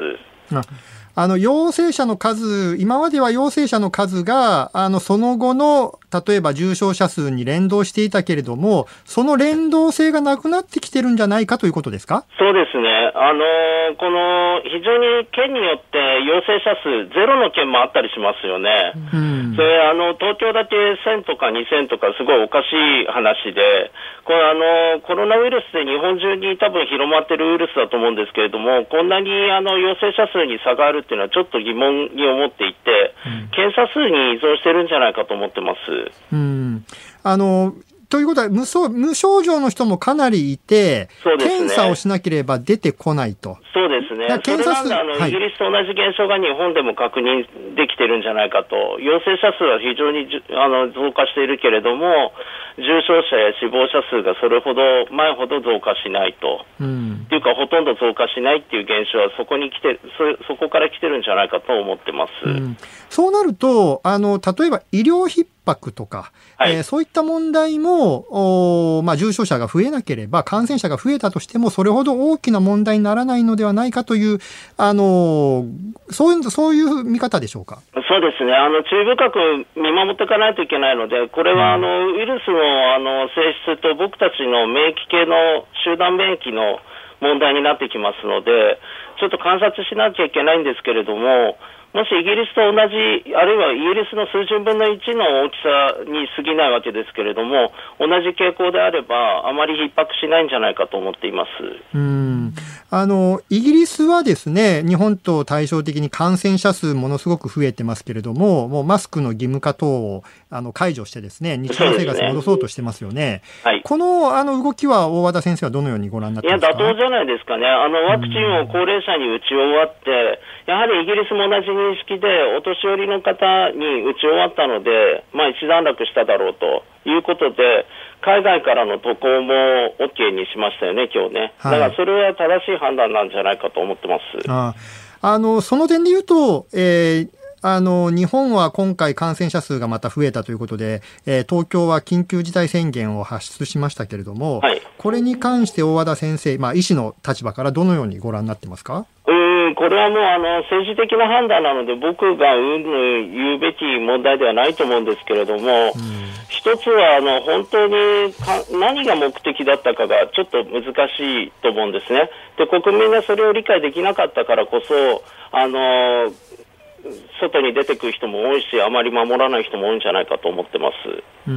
ああの、陽性者の数、今までは陽性者の数が、あの、その後の、例えば重症者数に連動していたけれども、その連動性がなくなってきてるんじゃないかということですか？
そうですね。あのー、この、非常に県によって陽性者数ゼロの県もあったりしますよね。うん、それ、あの、東京だけせんとかにせんとかすごいおかしい話で、これあの、コロナウイルスで日本中に多分広まってるウイルスだと思うんですけれども、こんなにあの、陽性者数に差があるっていうのはちょっと疑問に思っていて、うん、検査数に依存してるんじゃないかと思ってます。
うん、あのということは 無, 無症状の人もかなりいて、
そうですね、
検査をしなければ出てこないと。
そうですね。
検査数、
それなんであの、はい、イギリスと同じ現象が日本でも確認できてるんじゃないかと。陽性者数は非常にあの増加しているけれども、重症者や死亡者数がそれほど前ほど増加しないと、うん、っていうかほとんど増加しないっていう現象はそこに来て そ, そこから来てるんじゃないかと思ってます。うん、
そうなるとあの例えば医療逼迫とか、はい、えー、そういった問題も、まあ、重症者が増えなければ感染者が増えたとしてもそれほど大きな問題にならないのではないかという、あのそういう、そういう見方でしょうか？
そうですね。あの注意深く見守っていかないといけないので、これはあのウイルスの、あの性質と僕たちの免疫系の集団免疫の問題になってきますので、ちょっと観察しなきゃいけないんですけれども、もしイギリスと同じ、あるいはイギリスの数十分のいちの大きさに過ぎないわけですけれども、同じ傾向であればあまり逼迫しないんじゃないかと思っています。
うーん、あのイギリスはですね、日本と対照的に感染者数ものすごく増えてますけれども、もうマスクの義務化等をあの解除してですね、日常生活に戻そうとしてますよね。はい、このあの動きは大和田先生はどのようにご覧になってますか？
いや、妥当じゃないですかね。あのワクチンを高齢者に打ち終わって、やはりイギリスも同じ認識でお年寄りの方に打ち終わったので、まあ、一段落しただろうということで、海外からの渡航も OK にしましたよね、今日ね。だからそれは正しい判断なんじゃないかと思ってます。
ああ、あのその点で言うと、えーあの日本は今回感染者数がまた増えたということで、えー、東京は緊急事態宣言を発出しましたけれども、はい、これに関して大和田先生、まあ、医師の立場からどのようにご覧になってますか？
うーん、これはもうあの政治的な判断なので僕がうんぬん言うべき問題ではないと思うんですけれども、うん、一つはあの本当にか何が目的だったかがちょっと難しいと思うんですね。で、国民がそれを理解できなかったからこそ、あの外に出てくる人も多いし、あまり守らない人も多いんじゃないかと思ってます。
うん、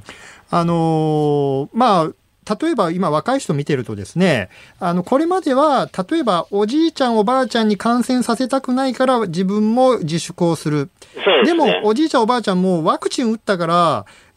あのー、まあ例えば今若い人見てるとですね、あのこれまでは例えばおじいちゃんおばあちゃんに感染させたくないから自分も自粛をする。そうですね。でもおじいちゃんおばあちゃんもワクチン打ったから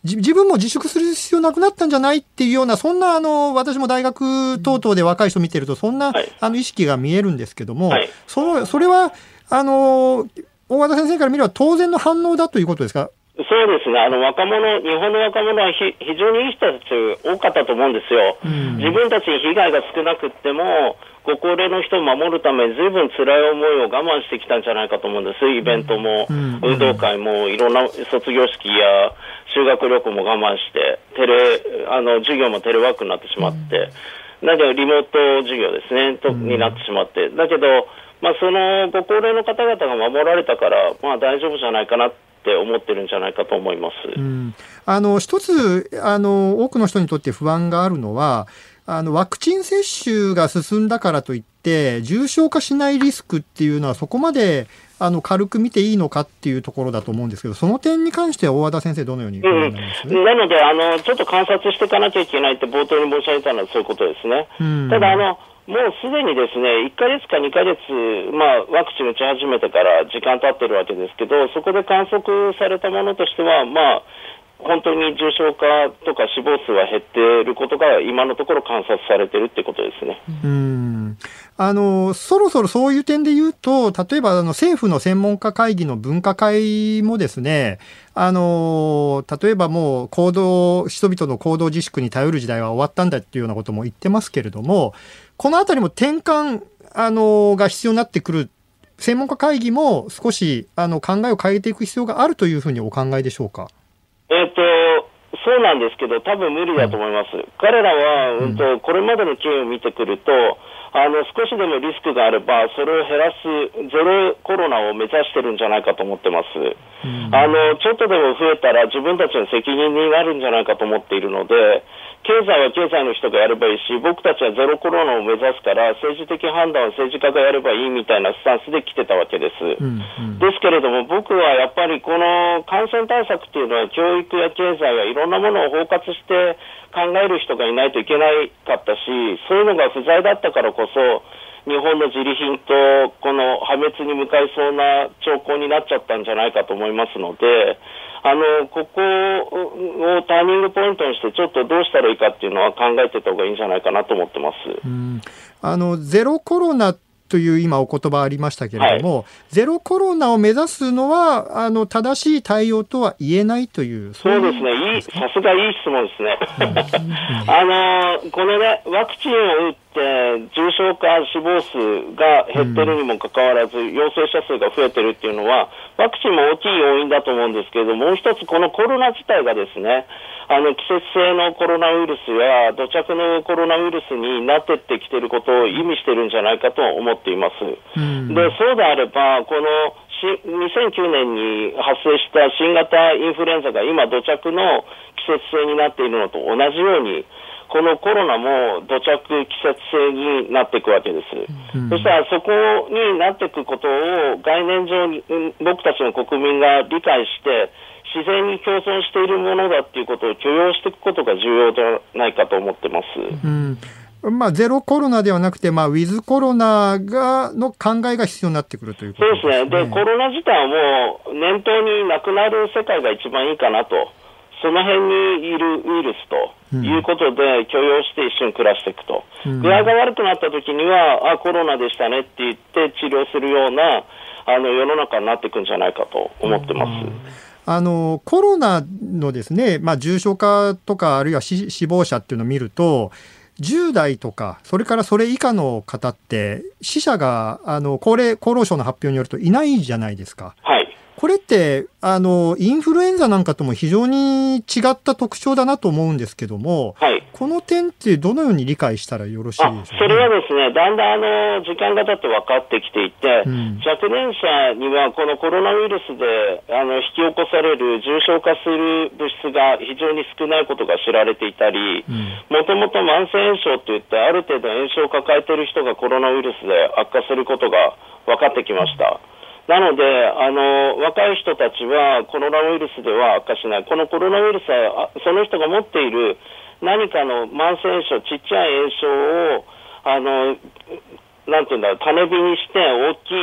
じ自分も自粛する必要なくなったんじゃないっていうような、そんなあの私も大学等々で若い人見てるとそんな、はい、あの意識が見えるんですけども、はい、そのそれはあの大和田先生から見れば当然の反応だということですか？
そうですね、あの若者、日本の若者はひ非常にいい人たち多かったと思うんですよ、うん、自分たちに被害が少なくっても、ご高齢の人を守るために、ずいぶん辛い思いを我慢してきたんじゃないかと思うんです、イベントも、うん、運動会も、いろんな卒業式や修学旅行も我慢して、テレあの授業もテレワークになってしまって、うん、だけどリモート授業ですね、とになってしまって、だけど、まあ、そのご高齢の方々が守られたから、まあ、大丈夫じゃないかなって思ってるんじゃないかと思います。
うん、あの一つあの多くの人にとって不安があるのは、あのワクチン接種が進んだからといって重症化しないリスクっていうのはそこまであの軽く見ていいのかっていうところだと思うんですけど、その点に関しては大和田先生どのように考えられますね？
うん、なのであのちょっと観察していかなきゃいけないって冒頭に申し上げたのはそういうことですね。うん、ただあのもうすでにですね、いっかげつかにかげつ、まあ、ワクチン打ち始めてから時間経ってるわけですけど、そこで観測されたものとしては、まあ、本当に重症化とか死亡数は減っていることが今のところ観察されているってことですね。
うん、あのそろそろそういう点で言うと、例えばあの政府の専門家会議の分科会もですね、あの例えばもう行動人々の行動自粛に頼る時代は終わったんだっていうようなことも言ってますけれども、このあたりも転換あのが必要になってくる、専門家会議も少しあの考えを変えていく必要があるというふうにお考えでしょうか？
えっとそうなんですけど、多分無理だと思います。うん、彼らは、うんと、これまでの経緯を見てくると、あの少しでもリスクがあればそれを減らすゼロコロナを目指してるんじゃないかと思ってます。うん、あのちょっとでも増えたら自分たちの責任になるんじゃないかと思っているので、経済は経済の人がやればいいし、僕たちはゼロコロナを目指すから政治的判断は政治家がやればいいみたいなスタンスで来てたわけです。うんうん、ですけれども、僕はやっぱりこの感染対策っていうのは教育や経済やいろんなものを包括して考える人がいないといけなかったし、そういうのが不在だったからこそ日本の自利品とこの破滅に向かいそうな兆候になっちゃったんじゃないかと思いますので、あのここをターニングポイントにしてちょっとどうしたらいいかっていうのは考えてた方がいいんじゃないかなと思ってます。
うん、あのゼロコロナという今お言葉ありましたけれども、はい、ゼロコロナを目指すのはあの正しい対応とは言えないという。
そうですね、いい、さすがいい質問ですね。あのこのね、ワクチンを打って重症化死亡数が減ってるにもかかわらず、うん、陽性者数が増えてるっていうのはワクチンも大きい要因だと思うんですけれども、もう一つこのコロナ自体がですね、あの季節性のコロナウイルスや土着のコロナウイルスになってってきていることを意味してるんじゃないかと思っています。うん、でそうであればこのにせんきゅうねんに発生した新型インフルエンザが今土着の季節性になっているのと同じように、このコロナも土着季節性になっていくわけです。うん、そしたらそこになっていくことを概念上に僕たちの国民が理解して自然に共存しているものだっていうことを許容していくことが重要ではないかと思ってます。
うん、まあ、ゼロコロナではなくて、まあ、ウィズコロナがの考えが必要になってくるということですね。
そうですね。で、コロナ自体はもう念頭になくなる世界が一番いいかなと。その辺にいるウイルスということで許容して一緒に暮らしていくと、うん、具合が悪くなった時にはあコロナでしたねって言って治療するようなあの世の中になっていくんじゃないかと思ってます。うん、
あのコロナのですね、まあ、重症化とかあるいは死亡者っていうのを見るとじゅう代とかそれからそれ以下の方って死者があの高齢厚労省の発表によるといないじゃないですか。
はい、
これってあのインフルエンザなんかとも非常に違った特徴だなと思うんですけども、
はい、
この点ってどのように理解したらよろしいでしょうか、ね。
それはですね、だんだんあの時間が経って分かってきていて、うん、若年者にはこのコロナウイルスであの引き起こされる重症化する物質が非常に少ないことが知られていたり、もともと慢性炎症といってある程度炎症を抱えている人がコロナウイルスで悪化することが分かってきました。なのであの若い人たちはコロナウイルスでは悪化しない。このコロナウイルスはその人が持っている何かの慢性炎症、ちっちゃい炎症をあのなんていうんだ種火にして大きい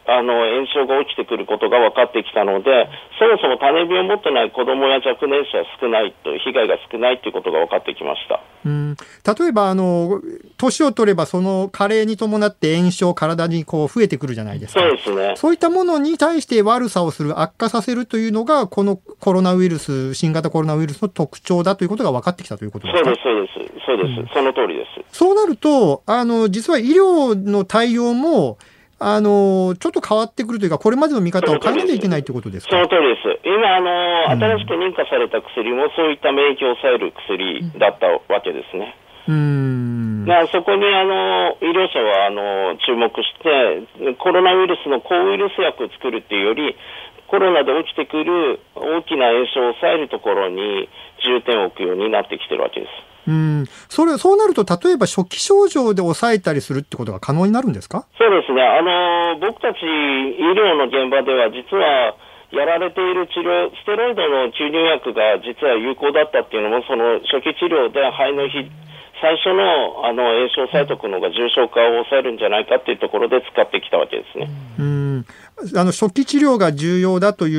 あの炎症が起きてくることが分かってきたので、そもそも種病を持ってない子どもや若年者は少ないと、被害が少ないということが分かってきました。
うん、例えばあの年を取ればその加齢に伴って炎症体にこう増えてくるじゃないですか。
そうですね。
そういったものに対して悪さをする、悪化させるというのがこのコロナウイルス、新型コロナウイルスの特徴だということが分かってきたということですか。
そうですそうですそうです、うん、その通りです。
そうなるとあの実は医療の対応もあのちょっと変わってくるというか、これまでの見方を変えなきゃいけないということですか。
その通りです。今あの、うん、新しく認可された薬もそういった免疫を抑える薬だったわけですね。
うーん、
だからそこにあの医療者はあの注目してコロナウイルスの抗ウイルス薬を作るっていうより、コロナで起きてくる大きな炎症を抑えるところに重点を置くようになってきてるわけです。
うん、それそうなると例えば初期症状で抑えたりするってことが可能になるんですか。
そうですね。あの僕たち医療の現場では実はやられている治療、ステロイドの注入薬が実は有効だったっていうのも、その初期治療で肺のひ最初のあの炎症を抑えておくのが重症化を抑えるんじゃないかっていうところで使ってきたわけですね。
うん、あの初期治療が重要だという、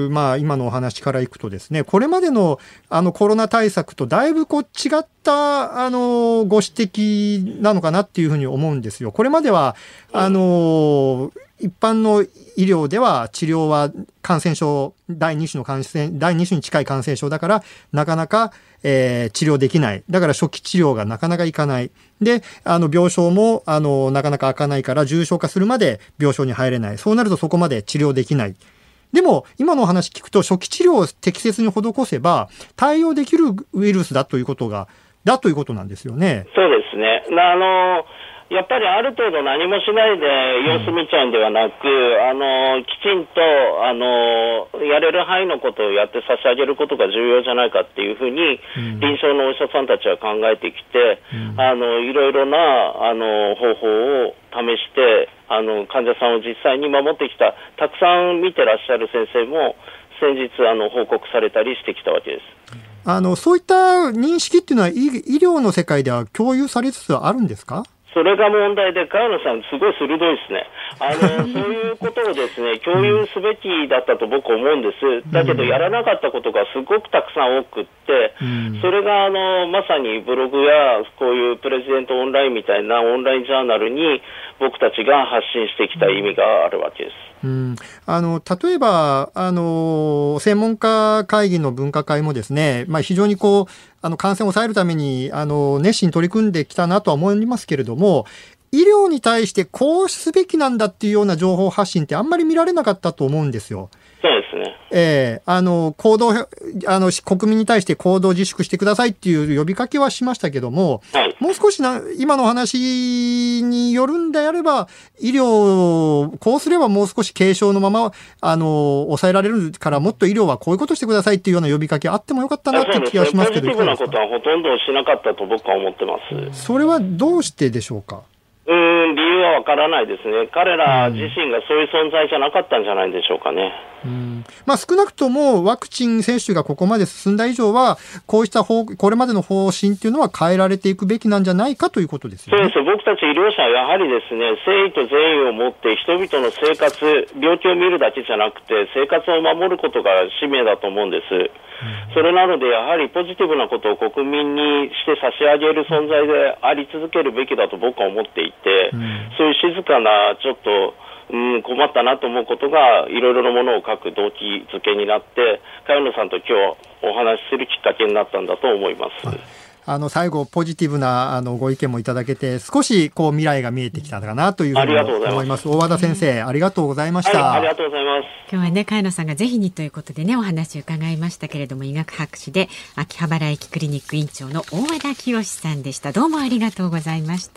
まあ、今のお話からいくとですね、これまでのあのコロナ対策とだいぶこう違ったあのご指摘なのかなっていうふうに思うんですよ。これまではあの一般の医療では治療は感染症だいに種の感染だいに種に近い感染症だからなかなか、えー、治療できない。だから初期治療がなかなかいかない。で、あの病床もあのなかなか開かないから重症化するまで病床に入れない。そうなるとそこまで治療できない。でも今のお話聞くと初期治療を適切に施せば対応できるウイルスだということがだということなんですよね。
そうですね。あのやっぱりある程度何もしないで様子見ちゃうんではなく、うん、あのきちんとあのやれる範囲のことをやって差し上げることが重要じゃないかっていうふうに、うん、臨床のお医者さんたちは考えてきて、うん、あのいろいろなあの方法を試してあの患者さんを実際に守ってきたたくさん見てらっしゃる先生も先日あの報告されたりしてきたわけです。
あのそういった認識っていうのは医療の世界では共有されつつあるんですか。
それが問題で、茅野さんすごい鋭いですね。あのそういうことをですね共有すべきだったと僕思うんです。だけどやらなかったことがすごくたくさん多くって、それがあのまさにブログやこういうプレジデントオンラインみたいなオンラインジャーナルに僕たちが発信してきた意味があるわけです。
うん、あの例えばあの専門家会議の分科会もですね、まあ、非常にこうあの感染を抑えるためにあの熱心に取り組んできたなとは思いますけれども、医療に対してこうすべきなんだっていうような情報発信ってあんまり見られなかったと思うんですよ。
そうですね。
えー、あの行動あの国民に対して行動自粛してくださいっていう呼びかけはしましたけども、はい、もう少しな今の話によるんであれば医療こうすればもう少し軽症のままあの抑えられるからもっと医療はこういうことしてくださいっていうような呼びかけあってもよかったなって気がしますけど、
ポジティブなことはほとんどしなかったと僕は思ってます。
それはどうしてでしょうか。
うーん理由はわからないですね。彼ら自身がそういう存在じゃなかったんじゃないでしょうかね。
うん、まあ、少なくともワクチン接種がここまで進んだ以上はこうした方これまでの方針っていうのは変えられていくべきなんじゃないかということですよね。
そうです。僕たち医療者はやはりですね誠意と善意を持って人々の生活病気を見るだけじゃなくて生活を守ることが使命だと思うんです。うん、それなのでやはりポジティブなことを国民にして差し上げる存在であり続けるべきだと僕は思っていて、うん、そういう静かなちょっとうん、困ったなと思うことがいろいろなものを書く動機づけになって茅野さんと今日お話しするきっかけになったんだと思います。
はい、あの最後ポジティブなあのご意見もいただけて少しこう未来が見えてきたかなというふうに思います。大和田先生、ありがとうございました。
はい、ありがとうございます。
今日はね茅野さんがぜひにということでねお話を伺いましたけれども、医学博士で秋葉原駅クリニック院長の大和田清さんでした。どうもありがとうございました。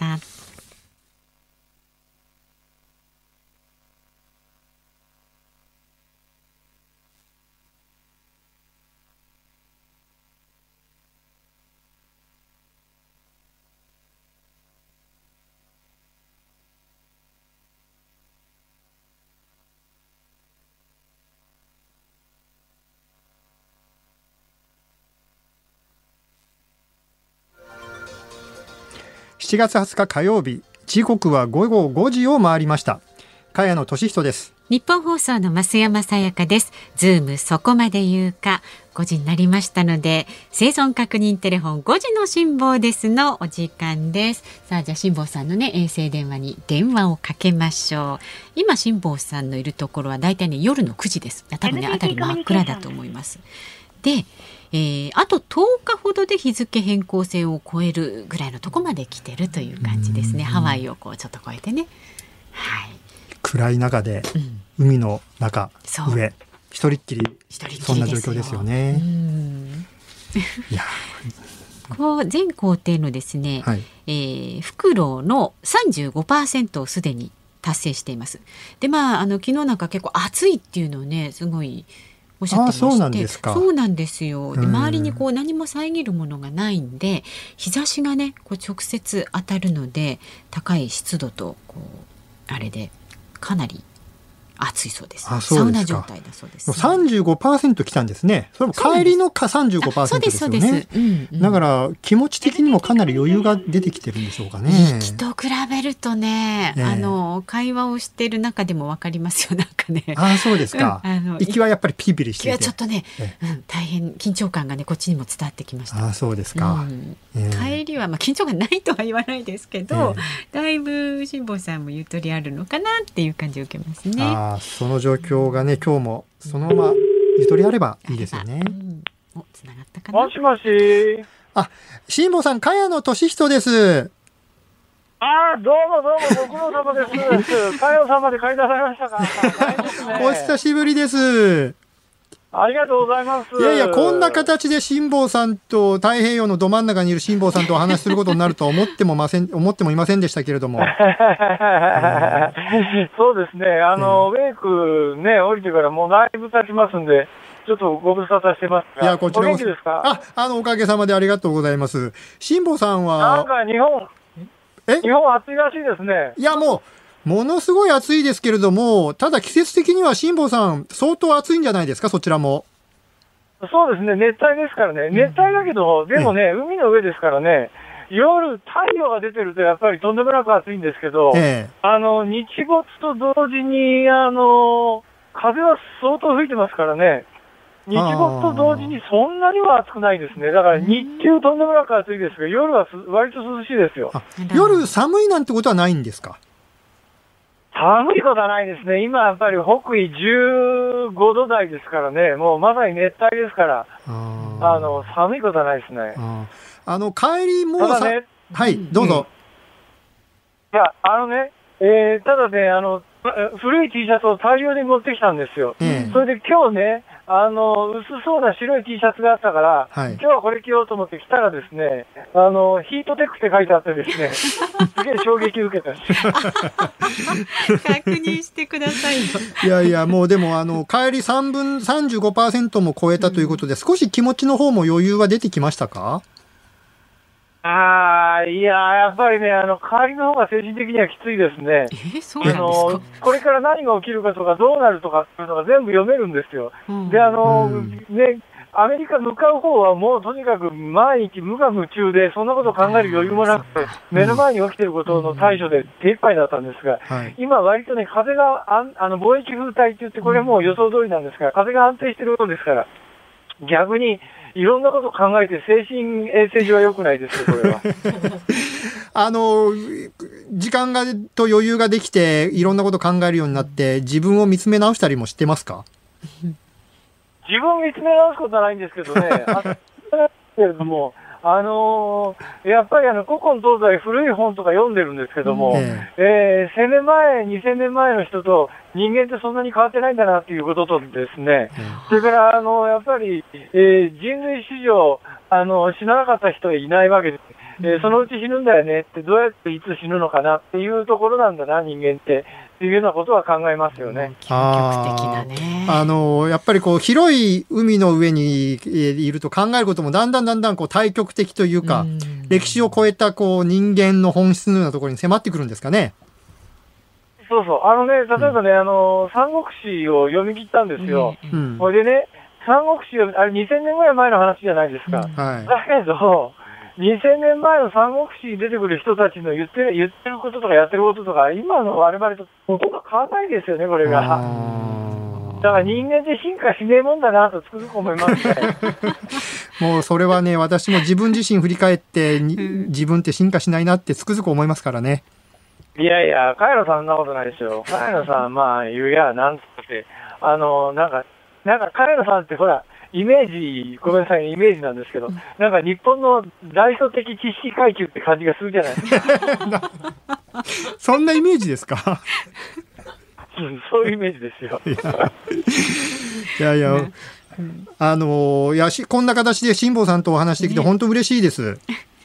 しちがつはつか火曜日、時刻は午後ごじを回りました。 茅野俊人です。
日本放送の増山さやかです。ズームそこまで言うか。ごじになりましたので、生存確認テレフォンごじの辛坊ですのお時間です。さあ、じゃあ辛坊さんのね衛星電話に電話をかけましょう。今辛坊さんのいるところはだいたいね夜のくじです。多分ね辺り真っ暗だと思います。で、えー、あととおかほどで日付変更線を越えるぐらいのとこまで来てるという感じですね。ハワイをこうちょっと越えてね。はい。
暗い中で、うん、海の中上一人っきりそんな状況ですよね。うんいやこう全工程のですね、はいえー、フクロウの さんじゅうごパーセント をすでに達成しています。でまああの昨日なんか結構暑いっていうのをねすごいおっしゃってまして。あ、そうなんですか。そうなんですよ。で周りにこう何も遮るものがないんで日差しがねこう直接当たるので高い湿度とこうあれでかなり暑いそうです。あ、そうですか。サウナ状態だそうです、ね。さんじゅうごパーセント 来たんですね。それも帰りのか さんじゅうごパーセント ですよね。そうです、そうです。うんうん、だから気持ち的にもかなり余裕が出てきてるんでしょうかね。息と比べるとね、ねあの会話をしている中でもわかりますよなんかね。あ、そうですか。うん、あの息はやっぱりピリピリしていて。息はちょっとね、うん、大変緊張感がねこっちにも伝わってきました。あ、そうですか。うんえー、帰りはまあ緊張感ないとは言わないですけど、えー、だいぶ辛坊さんもゆとりあるのかなっていう感じを受けますね。あ、その状況がね今日もそのままゆとりあればいいですよね。うん、お、つながったかな。
もしもし。
あ、辛坊さん、茅野俊人です。
あー、どうもどうもご苦労様です。茅野さんまで買い出されましたか。ね、
お久しぶりです。
ありがとうございます。
いやいや、こんな形で辛坊さんと太平洋のど真ん中にいる辛坊さんとお話しすることになるとは思ってもません、思ってもいませんでしたけれども。うん、
そうですね。あの、うん、ウェイクね、降りてからもうだいぶ経ちますんで、ちょっとご無沙汰してますが。いや、こちらも。お元気ですか？
あ、あの、おかげさまでありがとうございます。辛坊さんは。
なんか日本、え日本暑いらしいですね。
いや、もう、ものすごい暑いですけれども、ただ季節的には辛坊さん相当暑いんじゃないですか、そちらも。
そうですね、熱帯ですからね。熱帯だけど、でもね、海の上ですからね、夜太陽が出てるとやっぱりとんでもなく暑いんですけど、ええ、あの、日没と同時に、あの、風は相当吹いてますからね、日没と同時にそんなには暑くないですね。だから日中とんでもなく暑いですが、夜は割と涼しいですよ。
夜寒いなんてことはないんですか？
寒いことはないですね。今やっぱり北緯じゅうごど台ですからね、もうまさに熱帯ですから、ああの寒いことはないですね。
ああの帰りもうさ、ね、はい、どうぞ。
うん、いや、あのね、えー、ただね、あの、古い T シャツを大量に持ってきたんですよ。うん、それで今日ね、あの、薄そうな白い T シャツがあったから、はい、今日はこれ着ようと思って着たらですね、あの、ヒートテックって書いてあってですね、すげえ衝撃受けたんですよ。
確認してくださいよ。
いやいや、もうでも、あの、帰りさんぶん、さんじゅうごパーセント も超えたということで、うん、少し気持ちの方も余裕は出てきましたか？
ああ、いや、やっぱりね、あの、帰りの方が精神的にはきついですね。
え、そうなんですか？
これから何が起きるかとか、どうなるとかっていうのが全部読めるんですよ。うん、で、あの、うん、ね、アメリカ向かう方はもうとにかく毎日無我夢中で、そんなことを考える余裕もなくて、目の前に起きていることの対処で手一杯だったんですが、うん、今割とね、風があん、あの、貿易風帯って言って、これもう予想通りなんですが、風が安定していることですから、逆に、いろんなことを考えて精神衛生上は良くないですよ、これは。
あの、時間がと余裕ができて、いろんなことを考えるようになって、自分を見つめ直したりもしてますか？
自分を見つめ直すことはないんですけどね、あけれども、あのー、やっぱりあの古今東西古い本とか読んでるんですけども、えええー、せんねんまえ、にせんねんまえの人と人間ってそんなに変わってないんだなっていうこととですね、それからあのやっぱり、えー、人類史上あの死ななかった人はいないわけです。えー、そのうち死ぬんだよねってどうやっていつ死ぬのかなっていうところなんだな人間ってっていうようなことは考えますよね。
究極的なね。
あのやっぱりこう広い海の上にいると考えることもだんだんだんだんこう対極的というか、う歴史を超えたこう人間の本質のようなところに迫ってくるんですかね。
そうそう、あのね、例えばね、うん、あの三国志を読み切ったんですよ。うん、それでね、三国志をあれにせんねんぐらい前の話じゃないですか。うん、はい、だけどにせんねんまえの三国志に出てくる人たちの言ってる、言ってることとかやってることとか、今の我々とほとんど変わらないですよね、これが。だから人間って進化しねえもんだなとつくづく思いますね。
もうそれはね、私も自分自身振り返ってに、自分って進化しないなってつくづく思いますからね。
いやいや、カエラさんそんなことないですよ。カエラさん、まあ、言うや、なんつって、あの、なんか、なんか、カエラさんってほら、イメージ、ごめんなさい、イメージなんですけど、なんか日本の大祖的知識階級って感じがするじゃないですか。
そんなイメージですか？
そういうイメージですよ。
いやいや、ね、あの、いやし、こんな形で辛坊さんとお話できて本当嬉しいです。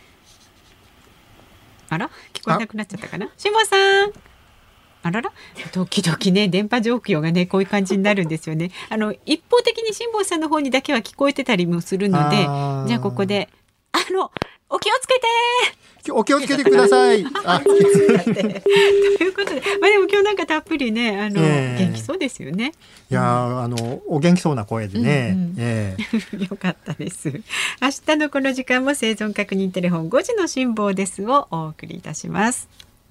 あら、聞こえなくなっちゃったかな。辛坊さん。あらら、時々ね、電波状況がね、こういう感じになるんですよね。あの、一方的に辛坊さんの方にだけは聞こえてたりもするので、あじゃあここで、あの、お気をつけて
お気をつけてください。あと
いうことで、まあでも今日なんかたっぷりね、あの、えー、元気そうですよね。
いや、うん、あのお元気そうな声でね。うんうんえ
ー、よかったです。明日のこの時間も生存確認テレフォンごじの辛坊ですをお送りいたします。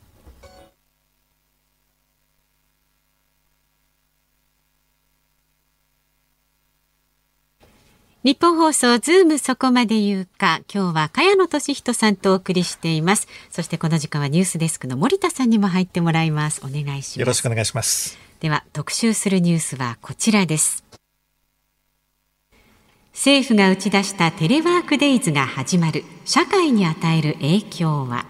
日本放送ズームそこまで言うか、今日は茅野俊人さんとお送りしています。そしてこの時間はニュースデスクの森田さんにも入ってもらいます。お願いします。
よろしくお願いします。
では特集するニュースはこちらです。政府が打ち出したテレワークデイズが始まる。社会に与える影響は。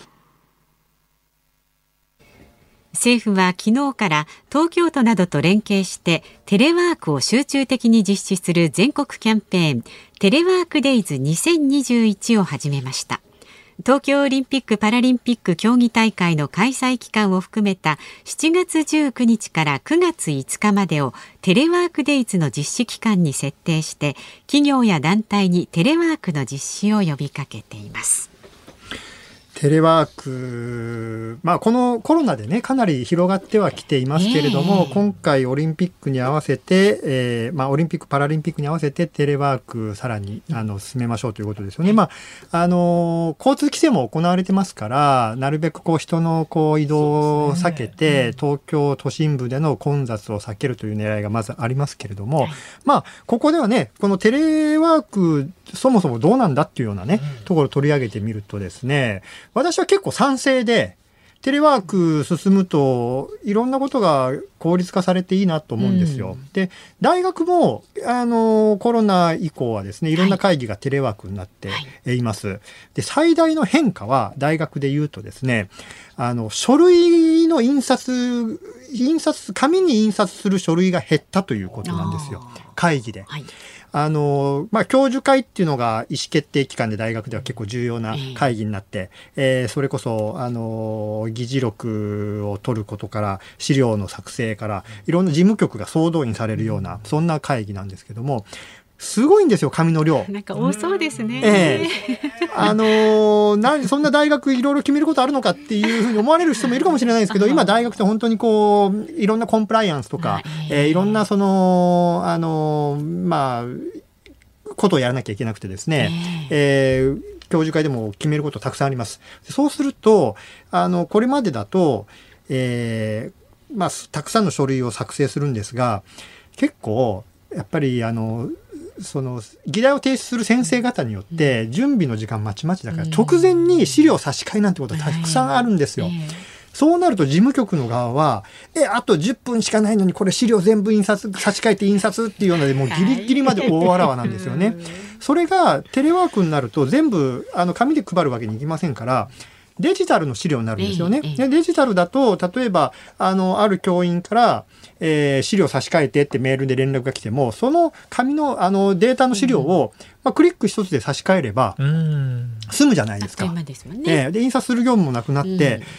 政府は昨日から東京都などと連携してテレワークを集中的に実施する全国キャンペーンテレワークデイズにせんにじゅういちを始めました。東京オリンピック・パラリンピック競技大会の開催期間を含めたしちがつじゅうくにちからくがついつかまでをテレワークデイズの実施期間に設定して企業や団体にテレワークの実施を呼びかけています。
テレワーク、まあ、このコロナでねかなり広がってはきていますけれども、えー、今回オリンピックに合わせて、えーまあ、オリンピックパラリンピックに合わせてテレワークさらにあの進めましょうということですよね。まあ、あの交通規制も行われてますからなるべくこう人のこう移動を避けて、ね、東京都心部での混雑を避けるという狙いがまずありますけれども、はい、まあここではねこのテレワークそもそもどうなんだっていうようなね、うん、ところを取り上げてみるとですね、私は結構賛成でテレワーク進むといろんなことが効率化されていいなと思うんですよ。うん、で大学もあのコロナ以降はですねいろんな会議がテレワークになっています。はい、で最大の変化は大学で言うとですねあの書類の印刷印刷紙に印刷する書類が減ったということなんですよ。会議で。はいあのまあ、教授会っていうのが意思決定機関で大学では結構重要な会議になって、えー、それこそあの議事録を取ることから資料の作成からいろんな事務局が総動員されるようなそんな会議なんですけどもすごいんですよ紙の量。
なんか多そうですね。
ええ、あのー、なんそんな大学いろいろ決めることあるのかっていうふうに思われる人もいるかもしれないですけど今大学って本当にこういろんなコンプライアンスとか、えー、いろんなそのあのー、まあことをやらなきゃいけなくてですね、えー、教授会でも決めることたくさんあります。そうするとあのこれまでだと、えーまあ、たくさんの書類を作成するんですが結構やっぱりあのその議題を提出する先生方によって準備の時間まちまちだから直前に資料差し替えなんてことたくさんあるんですよ。そうなると事務局の側はえあとじゅっぷんしかないのにこれ資料全部印刷差し替えて印刷っていうようなでもうギリギリまで大わらわなんですよね。それがテレワークになると全部あの紙で配るわけにいきませんからデジタルの資料になるんですよね。でデジタルだと例えばあのある教員から、えー、資料差し替えてってメールで連絡が来てもその紙のあのデータの資料を、まあ、クリック一つで差し替えれば済むじゃないですか。
あっという間ですもんね。
えー、で印刷する業務もなくなって、うん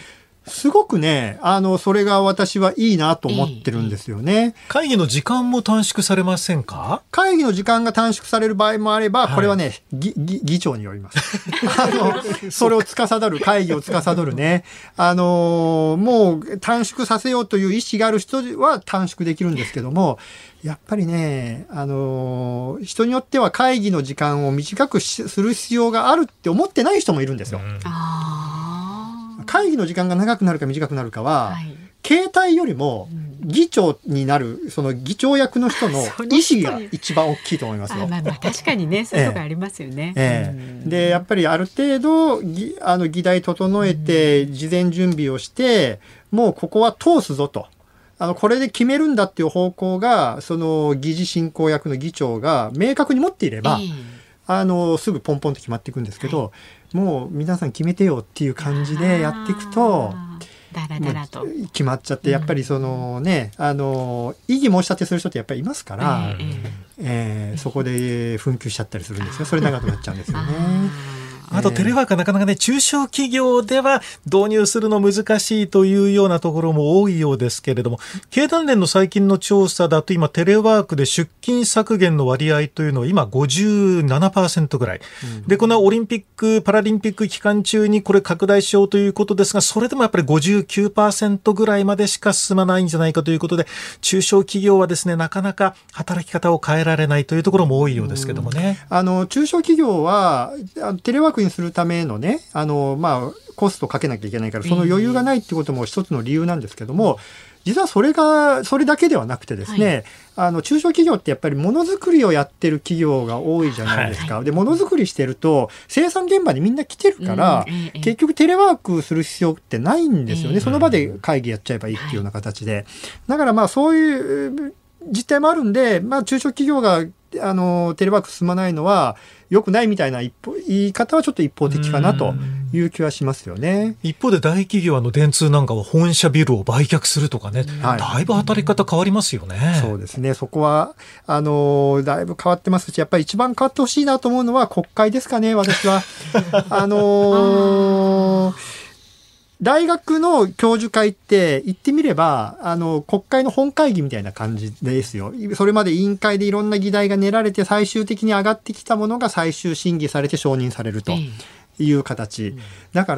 すごくね、あの、それが私はいいなと思ってるんですよね。
会議の時間も短縮されませんか？
会議の時間が短縮される場合もあれば、これはね、議、議、議長によります。あの、それを司る、会議を司るね、あの、もう短縮させようという意思がある人は短縮できるんですけども、やっぱりね、あの、人によっては会議の時間を短くする必要があるって思ってない人もいるんですよ。うん、会議の時間が長くなるか短くなるかは、はい、携帯よりも議長になる、その議長役の人の意思が一番大きいと思いますよ。
あ、まあ、まあ確かにね、そういうとこありますよね。
ええええ、で、やっぱりある程度、ぎあの議題整えて、事前準備をして、もうここは通すぞと。あの、これで決めるんだっていう方向が、その議事進行役の議長が明確に持っていれば、えー、あの、すぐポンポンと決まっていくんですけど、はい、もう皆さん決めてよっていう感じでやっていくと、
だらだらと
決まっちゃって、やっぱりそのね、あの、異議申し立てする人ってやっぱりいますから、えーえー、そこで紛糾しちゃったりするんですよ。それ長くなっちゃうんですよね。
あとテレワークはなかなかね、中小企業では導入するの難しいというようなところも多いようですけれども、経団連の最近の調査だと今テレワークで出勤削減の割合というのは今 ごじゅうななパーセント ぐらい、うん、でこのオリンピックパラリンピック期間中にこれ拡大しようということですが、それでもやっぱり ごじゅうきゅうパーセント ぐらいまでしか進まないんじゃないかということで、中小企業はですね、なかなか働き方を変えられないというところも多いようですけどもね。
うん、あの中小企業はテレワークにするためのね、あの、まあ、コストかけなきゃいけないから、その余裕がないってことも一つの理由なんですけども、実はそれが、それだけではなくてですね、はい、あの、中小企業ってやっぱりものづくりをやってる企業が多いじゃないですか。はい、で、ものづくりしてると、生産現場にみんな来てるから、うん、結局テレワークする必要ってないんですよね。その場で会議やっちゃえばいいっていうような形で。だからまあ、そういう実態もあるんで、まあ、中小企業が、あの、テレワーク進まないのは、良くないみたいな一方言い方はちょっと一方的かなという気はしますよね。
一方で大企業の電通なんかは本社ビルを売却するとかね、はい、だいぶ働き方変わりますよね。
そうですね。そこはあのだいぶ変わってますし、やっぱり一番変わってほしいなと思うのは国会ですかね、私は。あのー大学の教授会って言ってみれば、あの、国会の本会議みたいな感じですよ。それまで委員会でいろんな議題が練られて最終的に上がってきたものが最終審議されて承認されるという形。だから、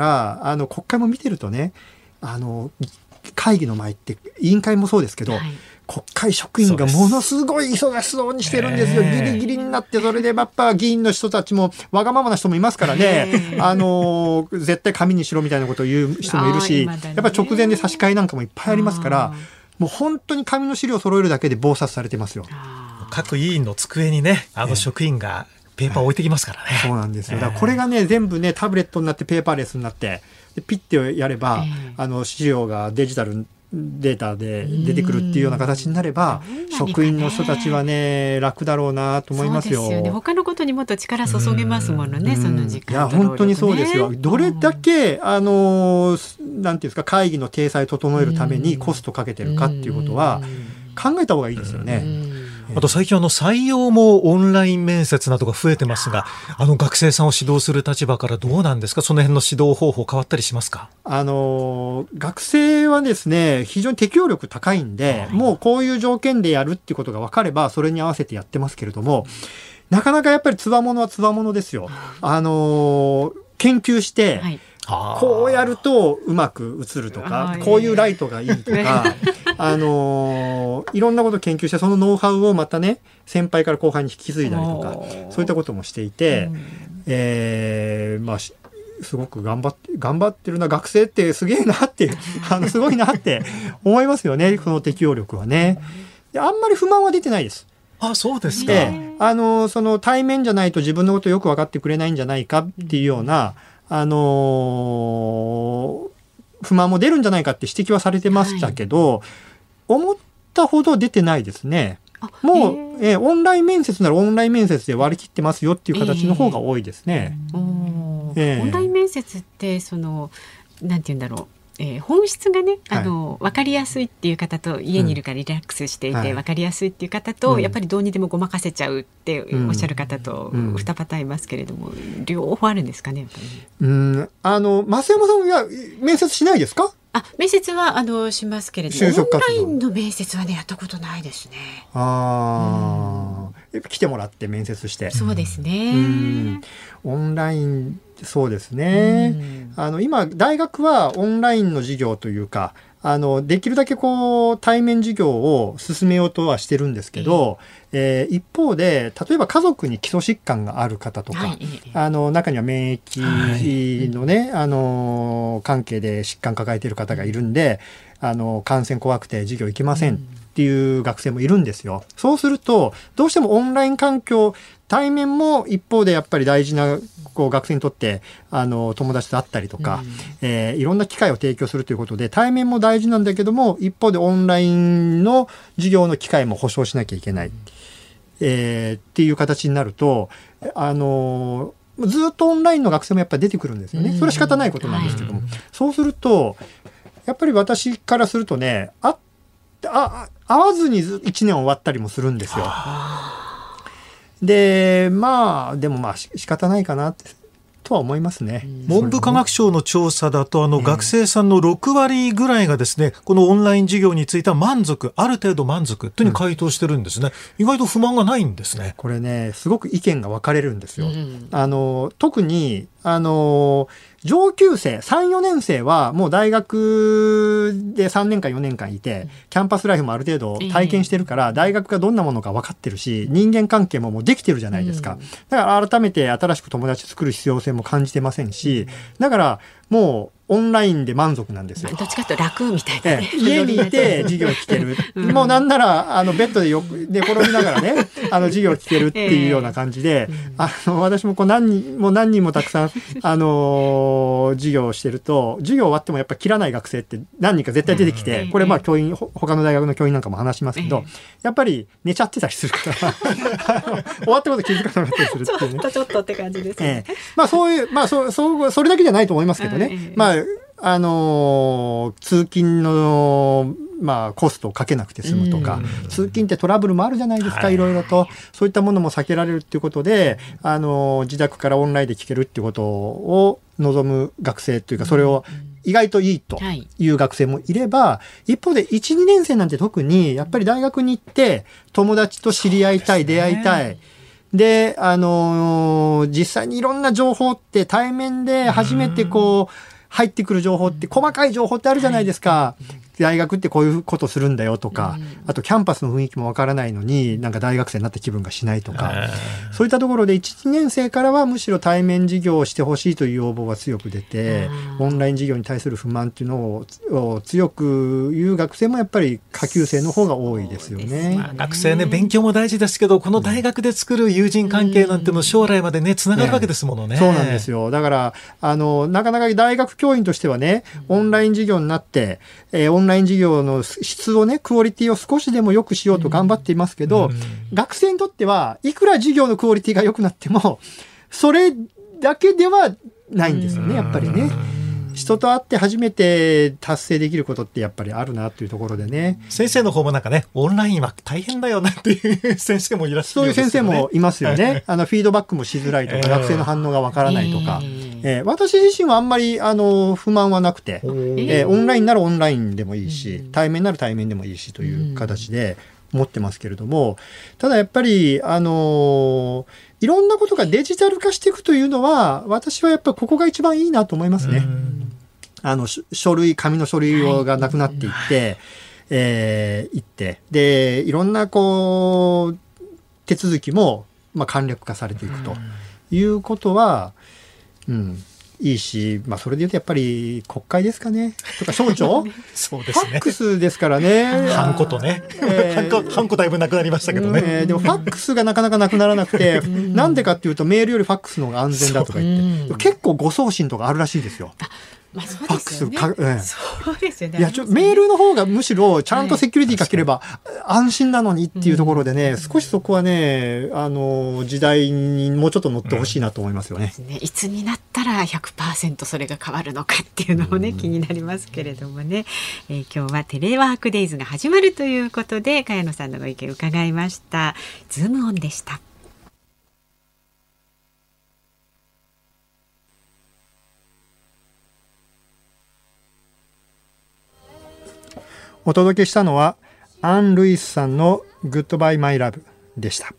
あの、国会も見てるとね、あの、会議の前って委員会もそうですけど、はい、国会職員がものすごい忙しそうにしてるんですよ。ギリギリになって、それでやっぱ議員の人たちもわがままな人もいますからね、あの絶対紙にしろみたいなことを言う人もいるし、やっぱ直前で差し替えなんかもいっぱいありますから、もう本当に紙の資料を揃えるだけで忙殺されてますよ。
各委員の机にね、あの職員がペーパー置いてきますからね。
そうなんですよ。だからこれがね、全部ね、タブレットになってペーパーレスになって、でピッてやれば、あの資料がデジタルデータで出てくるっていうような形になれば、職員の人たちはね、楽だろうなと思いますよ。
そうですよね。他のことにもっと力注げますものね、その時間と労力ね。
いや、本当にそうですよ。どれだけ、あの、なんていうんですか、会議の体裁を整えるためにコストかけてるかっていうことは、考えた方がいいですよね。
あと最近あの採用もオンライン面接などが増えてますが、あの学生さんを指導する立場からどうなんですか、その辺の指導方法変わったりしますか。
あの学生はですね、非常に適応力高いんで、はい、もうこういう条件でやるっていうことが分かればそれに合わせてやってますけれども、なかなかやっぱりつわものはつわものですよ。あの研究して、はい、こうやるとうまく映るとか、こういうライトがいいとか、あのー、いろんなことを研究して、そのノウハウをまたね、先輩から後輩に引き継いだりとか、そういったこともしていて、うん、えー、まあ、すごく頑張って、頑張ってるな、学生ってすげえなって、あの、すごいなって思いますよね、この適応力はね。で、あんまり不満は出てないです。
あ、そうですか。
で、あの、その対面じゃないと自分のことよく分かってくれないんじゃないかっていうような、あのー、不満も出るんじゃないかって指摘はされてましたけど、はい、思ったほど出てないですね。もう、えーえー、オンライン面接ならオンライン面接で割り切ってますよっていう形の方が多いですね。
えーえー、オンライン面接ってそのなんて言うんだろう、えー、本質がね、あの、はい、分かりやすいっていう方と、家にいるからリラックスしていて、うん、分かりやすいっていう方と、うん、やっぱりどうにでもごまかせちゃうっておっしゃる方と、うん、にパターンいますけれども、両方あるんですかね、やっぱりね。
うん、あの増山さんは面接しないですか？
あ、面接はあのしますけれども、
就職活動
オンラインの面接はねやったことないですね。
ああ、やっぱ来てもらって面接して。
そうですね。
うん、オンライン、そうですね。あの今大学はオンラインの授業というか、あのできるだけこう対面授業を進めようとはしてるんですけど、えーえー、一方で例えば家族に基礎疾患がある方とか、はい、あの中には免疫のね、はい、あの関係で疾患抱えている方がいるんで、あの感染怖くて授業行けませんっていう学生もいるんですよ。そうするとどうしてもオンライン環境、対面も一方でやっぱり大事なこう学生にとってあの友達と会ったりとか、うん、えー、いろんな機会を提供するということで対面も大事なんだけども、一方でオンラインの授業の機会も保証しなきゃいけない、えー、っていう形になると、あのずっとオンラインの学生もやっぱり出てくるんですよね。それは仕方ないことなんですけども、はい、そうするとやっぱり私からするとね、ああ会わずにいちねん終わったりもするんですよ。でまあでもまあ仕方ないかなってとは思いますね。
文部科学省の調査だと、あの学生さんのろくわりぐらいがですね、このオンライン授業については満足、ある程度満足というふうに回答してるんですね、うん、意外と不満がないんですね。
これね、すごく意見が分かれるんですよ、うん、あの特にあの上級生さん、よねん生はもう大学でさんねんかんよねんかんいて、キャンパスライフもある程度体験してるから、大学がどんなものか分かってるし、人間関係ももうできてるじゃないですか。だから改めて新しく友達作る必要性も感じてませんし、だからもうオンラインで満足なんですよ。
どっちかというと楽みたいな、ね、
ええ、家にいて授業聞ける、うん、もうなんならあのベッドでよく寝転びながらねあの授業聞けるっていうような感じで、えー、あの私もこう何人も何人もたくさんあの授業をしてると、授業終わってもやっぱ切らない学生って何人か絶対出てきて、これまあ教員、他の大学の教員なんかも話しますけど、やっぱり寝ちゃってたりするから終わったこと気づかなかったりするっていうね。
ちょっとちょっとって感じですね。
ええ、まあそういうまあそそそれだけじゃないと思いますけどね。まああのー、通勤の、まあ、コストをかけなくて済むとか、通勤ってトラブルもあるじゃないですか、はい、いろいろと。そういったものも避けられるっていうことで、あのー、自宅からオンラインで聞けるっていうことを望む学生というか、それを意外といいという学生もいれば、一方でいち、にねん生なんて特にやっぱり大学に行って友達と知り合いたい、出会いたい。で、あのー、実際にいろんな情報って対面で初めてこう、入ってくる情報って細かい情報ってあるじゃないですか。大学ってこういうことするんだよとか、あとキャンパスの雰囲気もわからないのになんか大学生になった気分がしないとか、そういったところでいち、にねん生からはむしろ対面授業をしてほしいという要望が強く出て、オンライン授業に対する不満っていうのを強く言う学生もやっぱり下級生の方が多いですよね。
まあ、学生ね、勉強も大事ですけど、この大学で作る友人関係なんての将来までねつながるわけですものね。
そうなんですよ。だからあのなかなか大学教員としてはね、オンライン授業になって、えー、オンライン授業の質をね、クオリティを少しでも良くしようと頑張っていますけど、うん、学生にとってはいくら授業のクオリティが良くなってもそれだけではないんですよね、やっぱりね。人と会って初めて達成できることってやっぱりあるなというところでね。
先生の方もなんかね、オンラインは大変だよなっていう先生もいらっしゃるようですよね。
そういう先生もいますよね。あのフィードバックもしづらいとか、えー、学生の反応がわからないとか、えーえー、私自身はあんまりあの不満はなくて、えー、オンラインならオンラインでもいいし、対面なら対面でもいいしという形で持ってますけれども、ただやっぱりあのーいろんなことがデジタル化していくというのは、私はやっぱりここが一番いいなと思いますね。あの書類、紙の書類がなくなっていって、はい、えー、いって、でいろんなこう手続きもまあ簡略化されていくということは、うん。いいし、まあ、それで言うとやっぱり国会ですかねとか省庁
そうですね、
ファックスですからね。
ハンコとね、えー、ハンコ、ハンコだいぶなくなりましたけどね、
えー、でもファックスがなかなかなくならなくてなんでかっていうとメールよりファックスの方が安全だとか言って、結構誤送信とかあるらしいですよ。
まあそうですよね。
ファックスか、ええ、
そうですよね。
いやちょメールの方がむしろちゃんとセキュリティかければ安心なのにっていうところでね、うん、少しそこはね、あの時代にもうちょっと乗ってほしいなと思いますよね。
うん、いつになったら ひゃくパーセント それが変わるのかっていうのもね、うん、気になりますけれどもね、えー、今日はテレワークデイズが始まるということで茅野さんのご意見伺いました。ズームオンでした。
お届けしたのはアン・ルイスさんのグッドバイマイラブでした。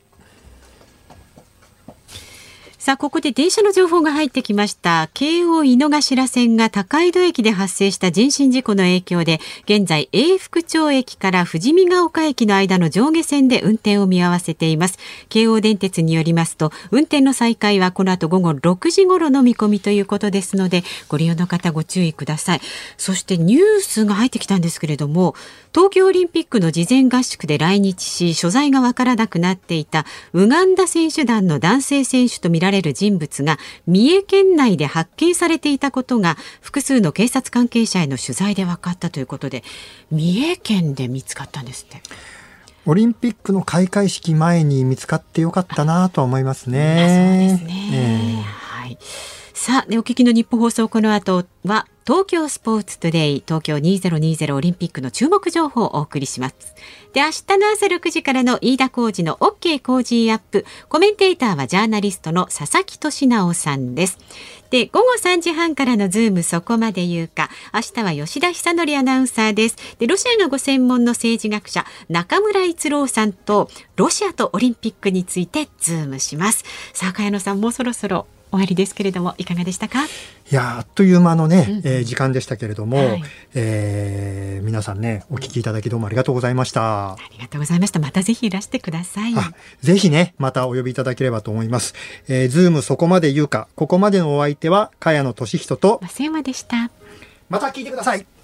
さあ、ここで電車の情報が入ってきました。京王井の頭線が高井戸駅で発生した人身事故の影響で、現在永福町駅から富士見ヶ丘駅の間の上下線で運転を見合わせています。京王電鉄によりますと、運転の再開はこの後午後ろくじ頃の見込みということですので、ご利用の方ご注意ください。そしてニュースが入ってきたんですけれども、東京オリンピックの事前合宿で来日し所在がわからなくなっていたウガンダ選手団の男性選手とみられる人物が三重県内で発見されていたことが複数の警察関係者への取材で分かったということで、三重県で見つかったんですって。
オリンピックの開会式前に見つかってよかったなと思いますね。
そうですね、えーはい、さあ、でお聞きの日本放送、この後は東京スポーツトゥデイ東京にせんにじゅうオリンピックの注目情報をお送りします。で、明日の朝ろくじからの飯田浩司の OK 工事アップ、コメンテーターはジャーナリストの佐々木俊直さんです。で、午後さんじはんからのズームそこまで言うか、明日は吉田久典アナウンサーです。で、ロシアがご専門の政治学者中村逸郎さんとロシアとオリンピックについてズームします。さあ、茅野さん、もうそろそろ終わりですけれども、いかがでしたか？
いや、あっという間のね、
うん
えー時間でしたけれども、
はい、
えー皆さんね、お聞きいただきどうもありがとうございました。
ありがとうございました。またぜひいらしてください。
あ、ぜひね、またお呼びいただければと思います。えー、ズームそこまで言うか、ここまでのお相手は茅野俊人と
増山でした。
また聞いてください。